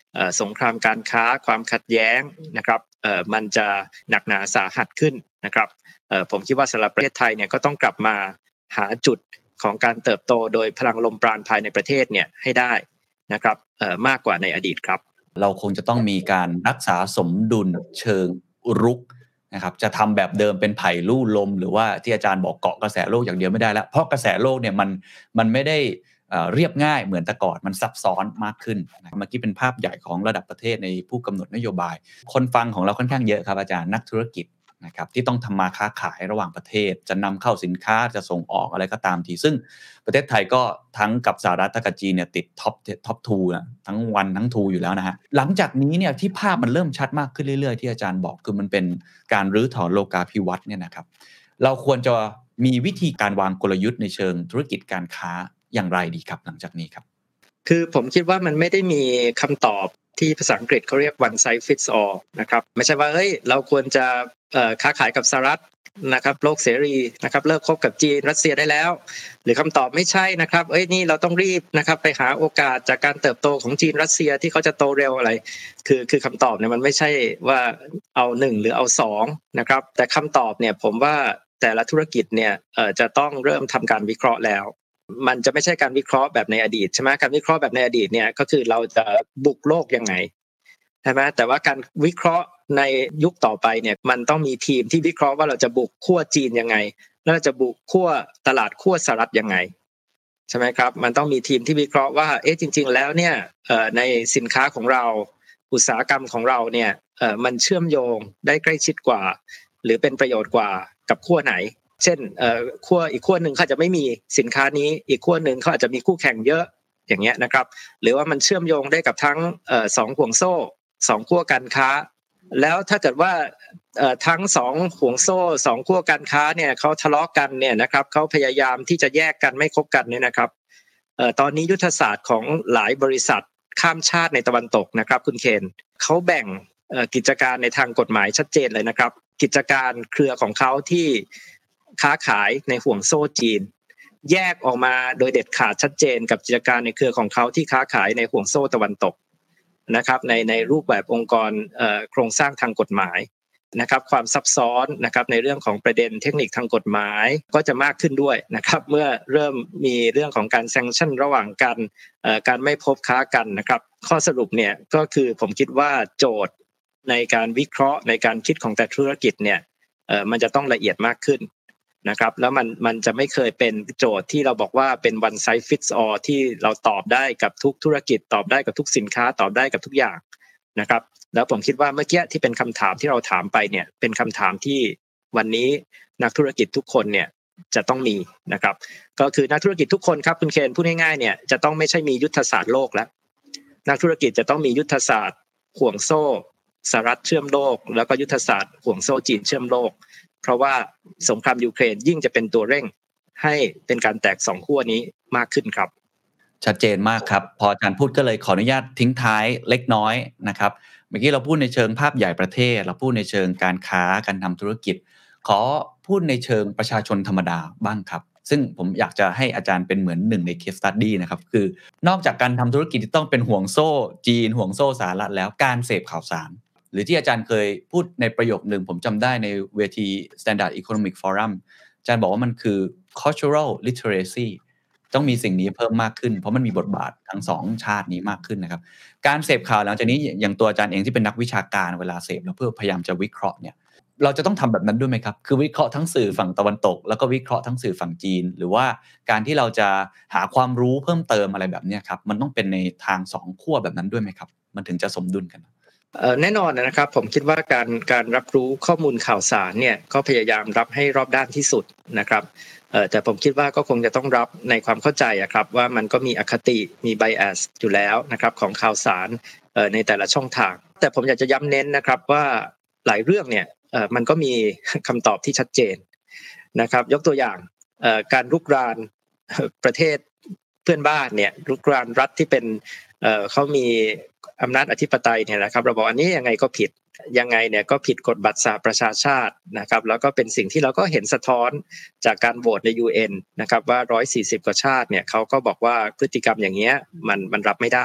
สงครามการค้าความขัดแย้งนะครับมันจะหนักหนาสาหัสขึ้นนะครับผมคิดว่าสำหรับประเทศไทยเนี่ยก็ต้องกลับมาหาจุดของการเติบโตโดยพลังลมปราณภายในประเทศเนี่ยให้ได้นะครับมากกว่าในอดีตครับเราคงจะต้องมีการรักษาสมดุลเชิงรุกนะครับจะทำแบบเดิมเป็นไผ่ลู่ลมหรือว่าที่อาจารย์บอกเกาะกระแสโลกอย่างเดียวไม่ได้แล้วเพราะกระแสโลกเนี่ยมันไม่ได้เรียบง่ายเหมือนแต่ก่อนมันซับซ้อนมากขึ้นเมื่อกี้เป็นภาพใหญ่ของระดับประเทศในผู้กำหนดนโยบายคนฟังของเราค่อนข้างเยอะครับอาจารย์นักธุรกิจนะครับที่ต้องทำมาค้าขายระหว่างประเทศจะนำเข้าสินค้าจะส่งออกอะไรก็ตามทีซึ่งประเทศไทยก็ทั้งกับสหรัฐกับจีนเนี่ยติดท็อป2นะทั้งวันทั้ง2อยู่แล้วนะฮะหลังจากนี้เนี่ยที่ภาพมันเริ่มชัดมากขึ้นเรื่อยๆที่อาจารย์บอกคือมันเป็นการรื้อถอนโลกาภิวัตน์เนี่ยนะครับเราควรจะมีวิธีการวางกลยุทธ์ในเชิงธุรกิจการค้าอย่างไรดีครับหลังจากนี้ครับคือผมคิดว่ามันไม่ได้มีคำตอบที่ภาษาอังกฤษเขาเรียก one size fits all นะครับไม่ใช่ว่าเฮ้ยเราควรจะค้าขายกับสหรัฐนะครับโลกเสรีนะครับเลิกคบกับจีนรัสเซียได้แล้วหรือคำตอบไม่ใช่นะครับนี่เราต้องรีบนะครับไปหาโอกาสจากการเติบโตของจีนรัสเซียที่เขาจะโตเร็วอะไรคือคำตอบเนี่ยมันไม่ใช่ว่าเอา1หรือเอา2นะครับแต่คำตอบเนี่ยผมว่าแต่ละธุรกิจเนี่ยจะต้องเริ่มทำการวิเคราะห์แล้วมันจะไม่ใช่การวิเคราะห์แบบในอดีตใช่ไหมการวิเคราะห์แบบในอดีตเนี่ยก็คือเราจะบุกโลกยังไงใช่ไหมแต่ว่าการวิเคราะห์ในยุคต่อไปเนี่ยมันต้องมีทีมที่วิเคราะห์ว่าเราจะบุกขั้วจีนยังไงแล้วเราจะบุกขั้วตลาดขั้วสหรัฐยังไงใช่ไหมครับมันต้องมีทีมที่วิเคราะห์ว่าจริงๆแล้วเนี่ยในสินค้าของเราอุตสาหกรรมของเราเนี่ยมันเชื่อมโยงได้ใกล้ชิดกว่าหรือเป็นประโยชน์กว่ากับขั้วไหนเช่นขั้วอีกขั้วหนึ่งเขาจะไม่มีสินค้านี้อีกขั้วหนึ่งเขาอาจจะมีคู่แข่งเยอะอย่างเงี้ยนะครับหรือว่ามันเชื่อมโยงได้กับทั้ง2ห่วงโซ่2ขั้วการค้าแล้วถ้าเกิดว่าทั้ง2ห่วงโซ่2ขั้วการค้าเนี่ยเขาทะเลาะกันเนี่ยนะครับเขาพยายามที่จะแยกกันไม่คบกันเนี่ยนะครับตอนนี้ยุทธศาสตร์ของหลายบริษัทข้ามชาติในตะวันตกนะครับคุณเคนเขาแบ่งกิจการในทางกฎหมายชัดเจนเลยนะครับกิจการเครือของเขาที่ค้าขายในห่วงโซ่จีนแยกออกมาโดยเด็ดขาดชัดเจนกับกิจการในเครือของเขาที่ค้าขายในห่วงโซ่ตะวันตกนะครับในรูปแบบองค์กรโครงสร้างทางกฎหมายนะครับความซับซ้อนนะครับในเรื่องของประเด็นเทคนิคทางกฎหมายก็จะมากขึ้นด้วยนะครับเมื่อเริ่มมีเรื่องของการแซงชั่นระหว่างกันการไม่พบค้ากันนะครับข้อสรุปเนี่ยก็คือผมคิดว่าโจทย์ในการวิเคราะห์ในการคิดของแต่ธุรกิจเนี่ยมันจะต้องละเอียดมากขึ้นนะครับแล้วมันจะไม่เคยเป็นโจทย์ที่เราบอกว่าเป็น one size fits all ที่เราตอบได้กับทุกธุรกิจตอบได้กับทุกสินค้าตอบได้กับทุกอย่างนะครับแล้วผมคิดว่าเมื่อกี้ที่เป็นคำถามที่เราถามไปเนี่ยเป็นคำถามที่วันนี้นักธุรกิจทุกคนเนี่ยจะต้องมีนะครับก็คือนักธุรกิจทุกคนครับคุณเคนพูดง่ายๆเนี่ยจะต้องไม่ใช่มียุทธศาสตร์โลกแล้วนักธุรกิจจะต้องมียุทธศาสตร์ห่วงโซ่สหรัฐเชื่อมโลกแล้วก็ยุทธศาสตร์ห่วงโซ่จีนเชื่อมโลกเพราะว่าสงครามยูเครนยิ่งจะเป็นตัวเร่งให้เป็นการแตก2ขั้วนี้มากขึ้นครับชัดเจนมากครับพออาจารย์พูดก็เลยขออนุญาตทิ้งท้ายเล็กน้อยนะครับเมื่อกี้เราพูดในเชิงภาพใหญ่ประเทศเราพูดในเชิงการค้าการทำธุรกิจขอพูดในเชิงประชาชนธรรมดาบ้างครับซึ่งผมอยากจะให้อาจารย์เป็นเหมือนหนึ่งใน case study นะครับคือนอกจากการทำธุรกิจที่ต้องเป็นห่วงโซ่จีนห่วงโซ่สหรัฐแล้วการเสพข่าวสารหรือที่อาจารย์เคยพูดในประโยคนึงผมจำได้ในเวที Standard Economic Forum อาจารย์บอกว่ามันคือ cultural literacy ต้องมีสิ่งนี้เพิ่มมากขึ้นเพราะมันมีบทบาททั้งสองชาตินี้มากขึ้นนะครับการเสพข่าวหลังจากนี้อย่างตัวอาจารย์เองที่เป็นนักวิชาการเวลาเสพแล้วเพื่อพยายามจะวิเคราะห์เนี่ยเราจะต้องทำแบบนั้นด้วยไหมครับคือวิเคราะห์ทั้งสื่อฝั่งตะวันตกแล้วก็วิเคราะห์ทั้งสื่อฝั่งจีนหรือว่าการที่เราจะหาความรู้เพิ่มเติมอะไรแบบนี้ครับมันต้องเป็นในทาง2ขั้วแบบนั้นด้วยไหมครับมันถึงจะสมดุลกันแน่นอนนะครับผมคิดว่าการรับรู้ข้อมูลข่าวสารเนี่ยก็พยายามรับให้รอบด้านที่สุดนะครับแต่ผมคิดว่าก็คงจะต้องรับในความเข้าใจครับว่ามันก็มีอคติมี bias อยู่แล้วนะครับของข่าวสารในแต่ละช่องทางแต่ผมอยากจะย้ำเน้นนะครับว่าหลายเรื่องเนี่ยมันก็มีคำตอบที่ชัดเจนนะครับยกตัวอย่างการรุกรานประเทศเพื่อนบ้านเนี่ยรุกรานรัฐที่เป็นเขามีอำนาจอธิปไตยเนี่ยนะครับเราบอกอันนี้ยังไงก็ผิดยังไงเนี่ยก็ผิดกฎบัตรสหประชาชาตินะครับแล้วก็เป็นสิ่งที่เราก็เห็นสะท้อนจากการโหวตใน UN นะครับว่า140กว่าชาติเนี่ยเขาก็บอกว่าพฤติกรรมอย่างเงี้ยมันรับไม่ได้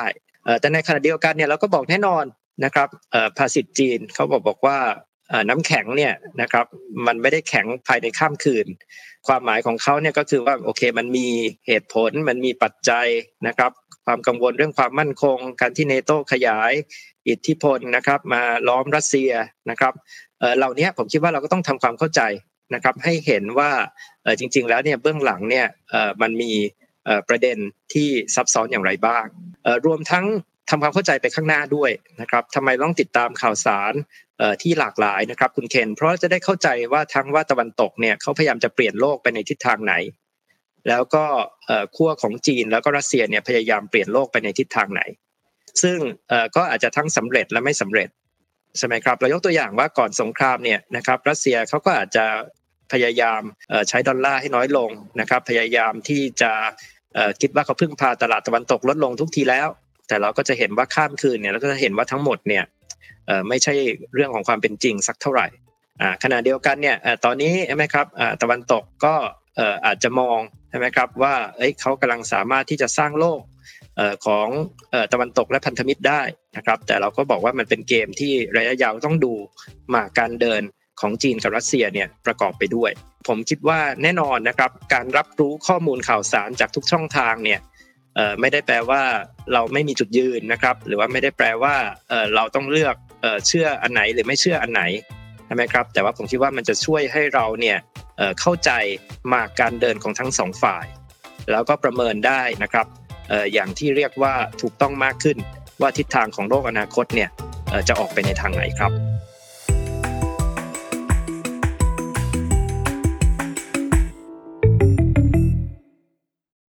แต่ในขณะเดียวกันเนี่ยเราก็บอกแน่นอนนะครับภาษิตจีนเขาบอกว่าน้ำแข็งเนี่ยนะครับมันไม่ได้แข็งภายในข้ามคืนความหมายของเขาเนี่ยก็คือว่าโอเคมันมีเหตุผลมันมีปัจจัยนะครับความกังวลเรื่องความมั่นคงการที่เนโตขยายอิทธิพลนะครับมาล้อมรัสเซียนะครับเหล่านี้ผมคิดว่าเราก็ต้องทำความเข้าใจนะครับให้เห็นว่าจริงๆแล้วเนี่ยเบื้องหลังเนี่ยมันมีประเด็นที่ซับซ้อนอย่างไรบ้างรวมทั้งทำความเข้าใจไปข้างหน้าด้วยนะครับทำไมต้องติดตามข่าวสารที่หลากหลายนะครับคุณเคนเพราะจะได้เข้าใจว่าทั้งว่าตะวันตกเนี่ยเขาพยายามจะเปลี่ยนโลกไปในทิศทางไหนแล้วก็ขั้วของจีนแล้วก็รัสเซียเนี่ยพยายามเปลี่ยนโลกไปในทิศทางไหนซึ่งก็อาจจะทั้งสำเร็จและไม่สำเร็จใช่ไหมครับเรายกตัวอย่างว่าก่อนสงครามเนี่ยนะครับรัสเซียเขาก็อาจจะพยายามใช้ดอลลาร์ให้น้อยลงนะครับพยายามที่จะคิดว่าเขาพึ่งพาตลาดตะวันตกลดลงทุกทีแล้วแต่เราก็จะเห็นว่าข้ามคืนเนี่ยเราก็จะเห็นว่าทั้งหมดเนี่ยไม่ใช่เรื่องของความเป็นจริงสักเท่าไหร่ขณะเดียวกันเนี่ยตอนนี้ใช่ไหมครับตะวันตกก็อาจจะมองใช่ไหมครับว่าเขากำลังสามารถที่จะสร้างโลกของตะวันตกและพันธมิตรได้นะครับแต่เราก็บอกว่ามันเป็นเกมที่ระยะยาวต้องดูมาการเดินของจีนกับรัสเซียเนี่ยประกอบไปด้วยผมคิดว่าแน่นอนนะครับการรับรู้ข้อมูลข่าวสารจากทุกช่องทางเนี่ยไม่ได้แปลว่าเราไม่มีจุดยืนนะครับหรือว่าไม่ได้แปลว่าเราต้องเลือกเชื่ออันไหนหรือไม่เชื่ออันไหนใช่ไหมครับแต่ว่าผมคิดว่ามันจะช่วยให้เราเนี่ยเข้าใจมาการเดินของทั้งสองฝ่ายแล้วก็ประเมินได้นะครับอย่างที่เรียกว่าถูกต้องมากขึ้นว่าทิศทางของโลกอนาคตเนี่ยจะออกไปในทางไหนครับ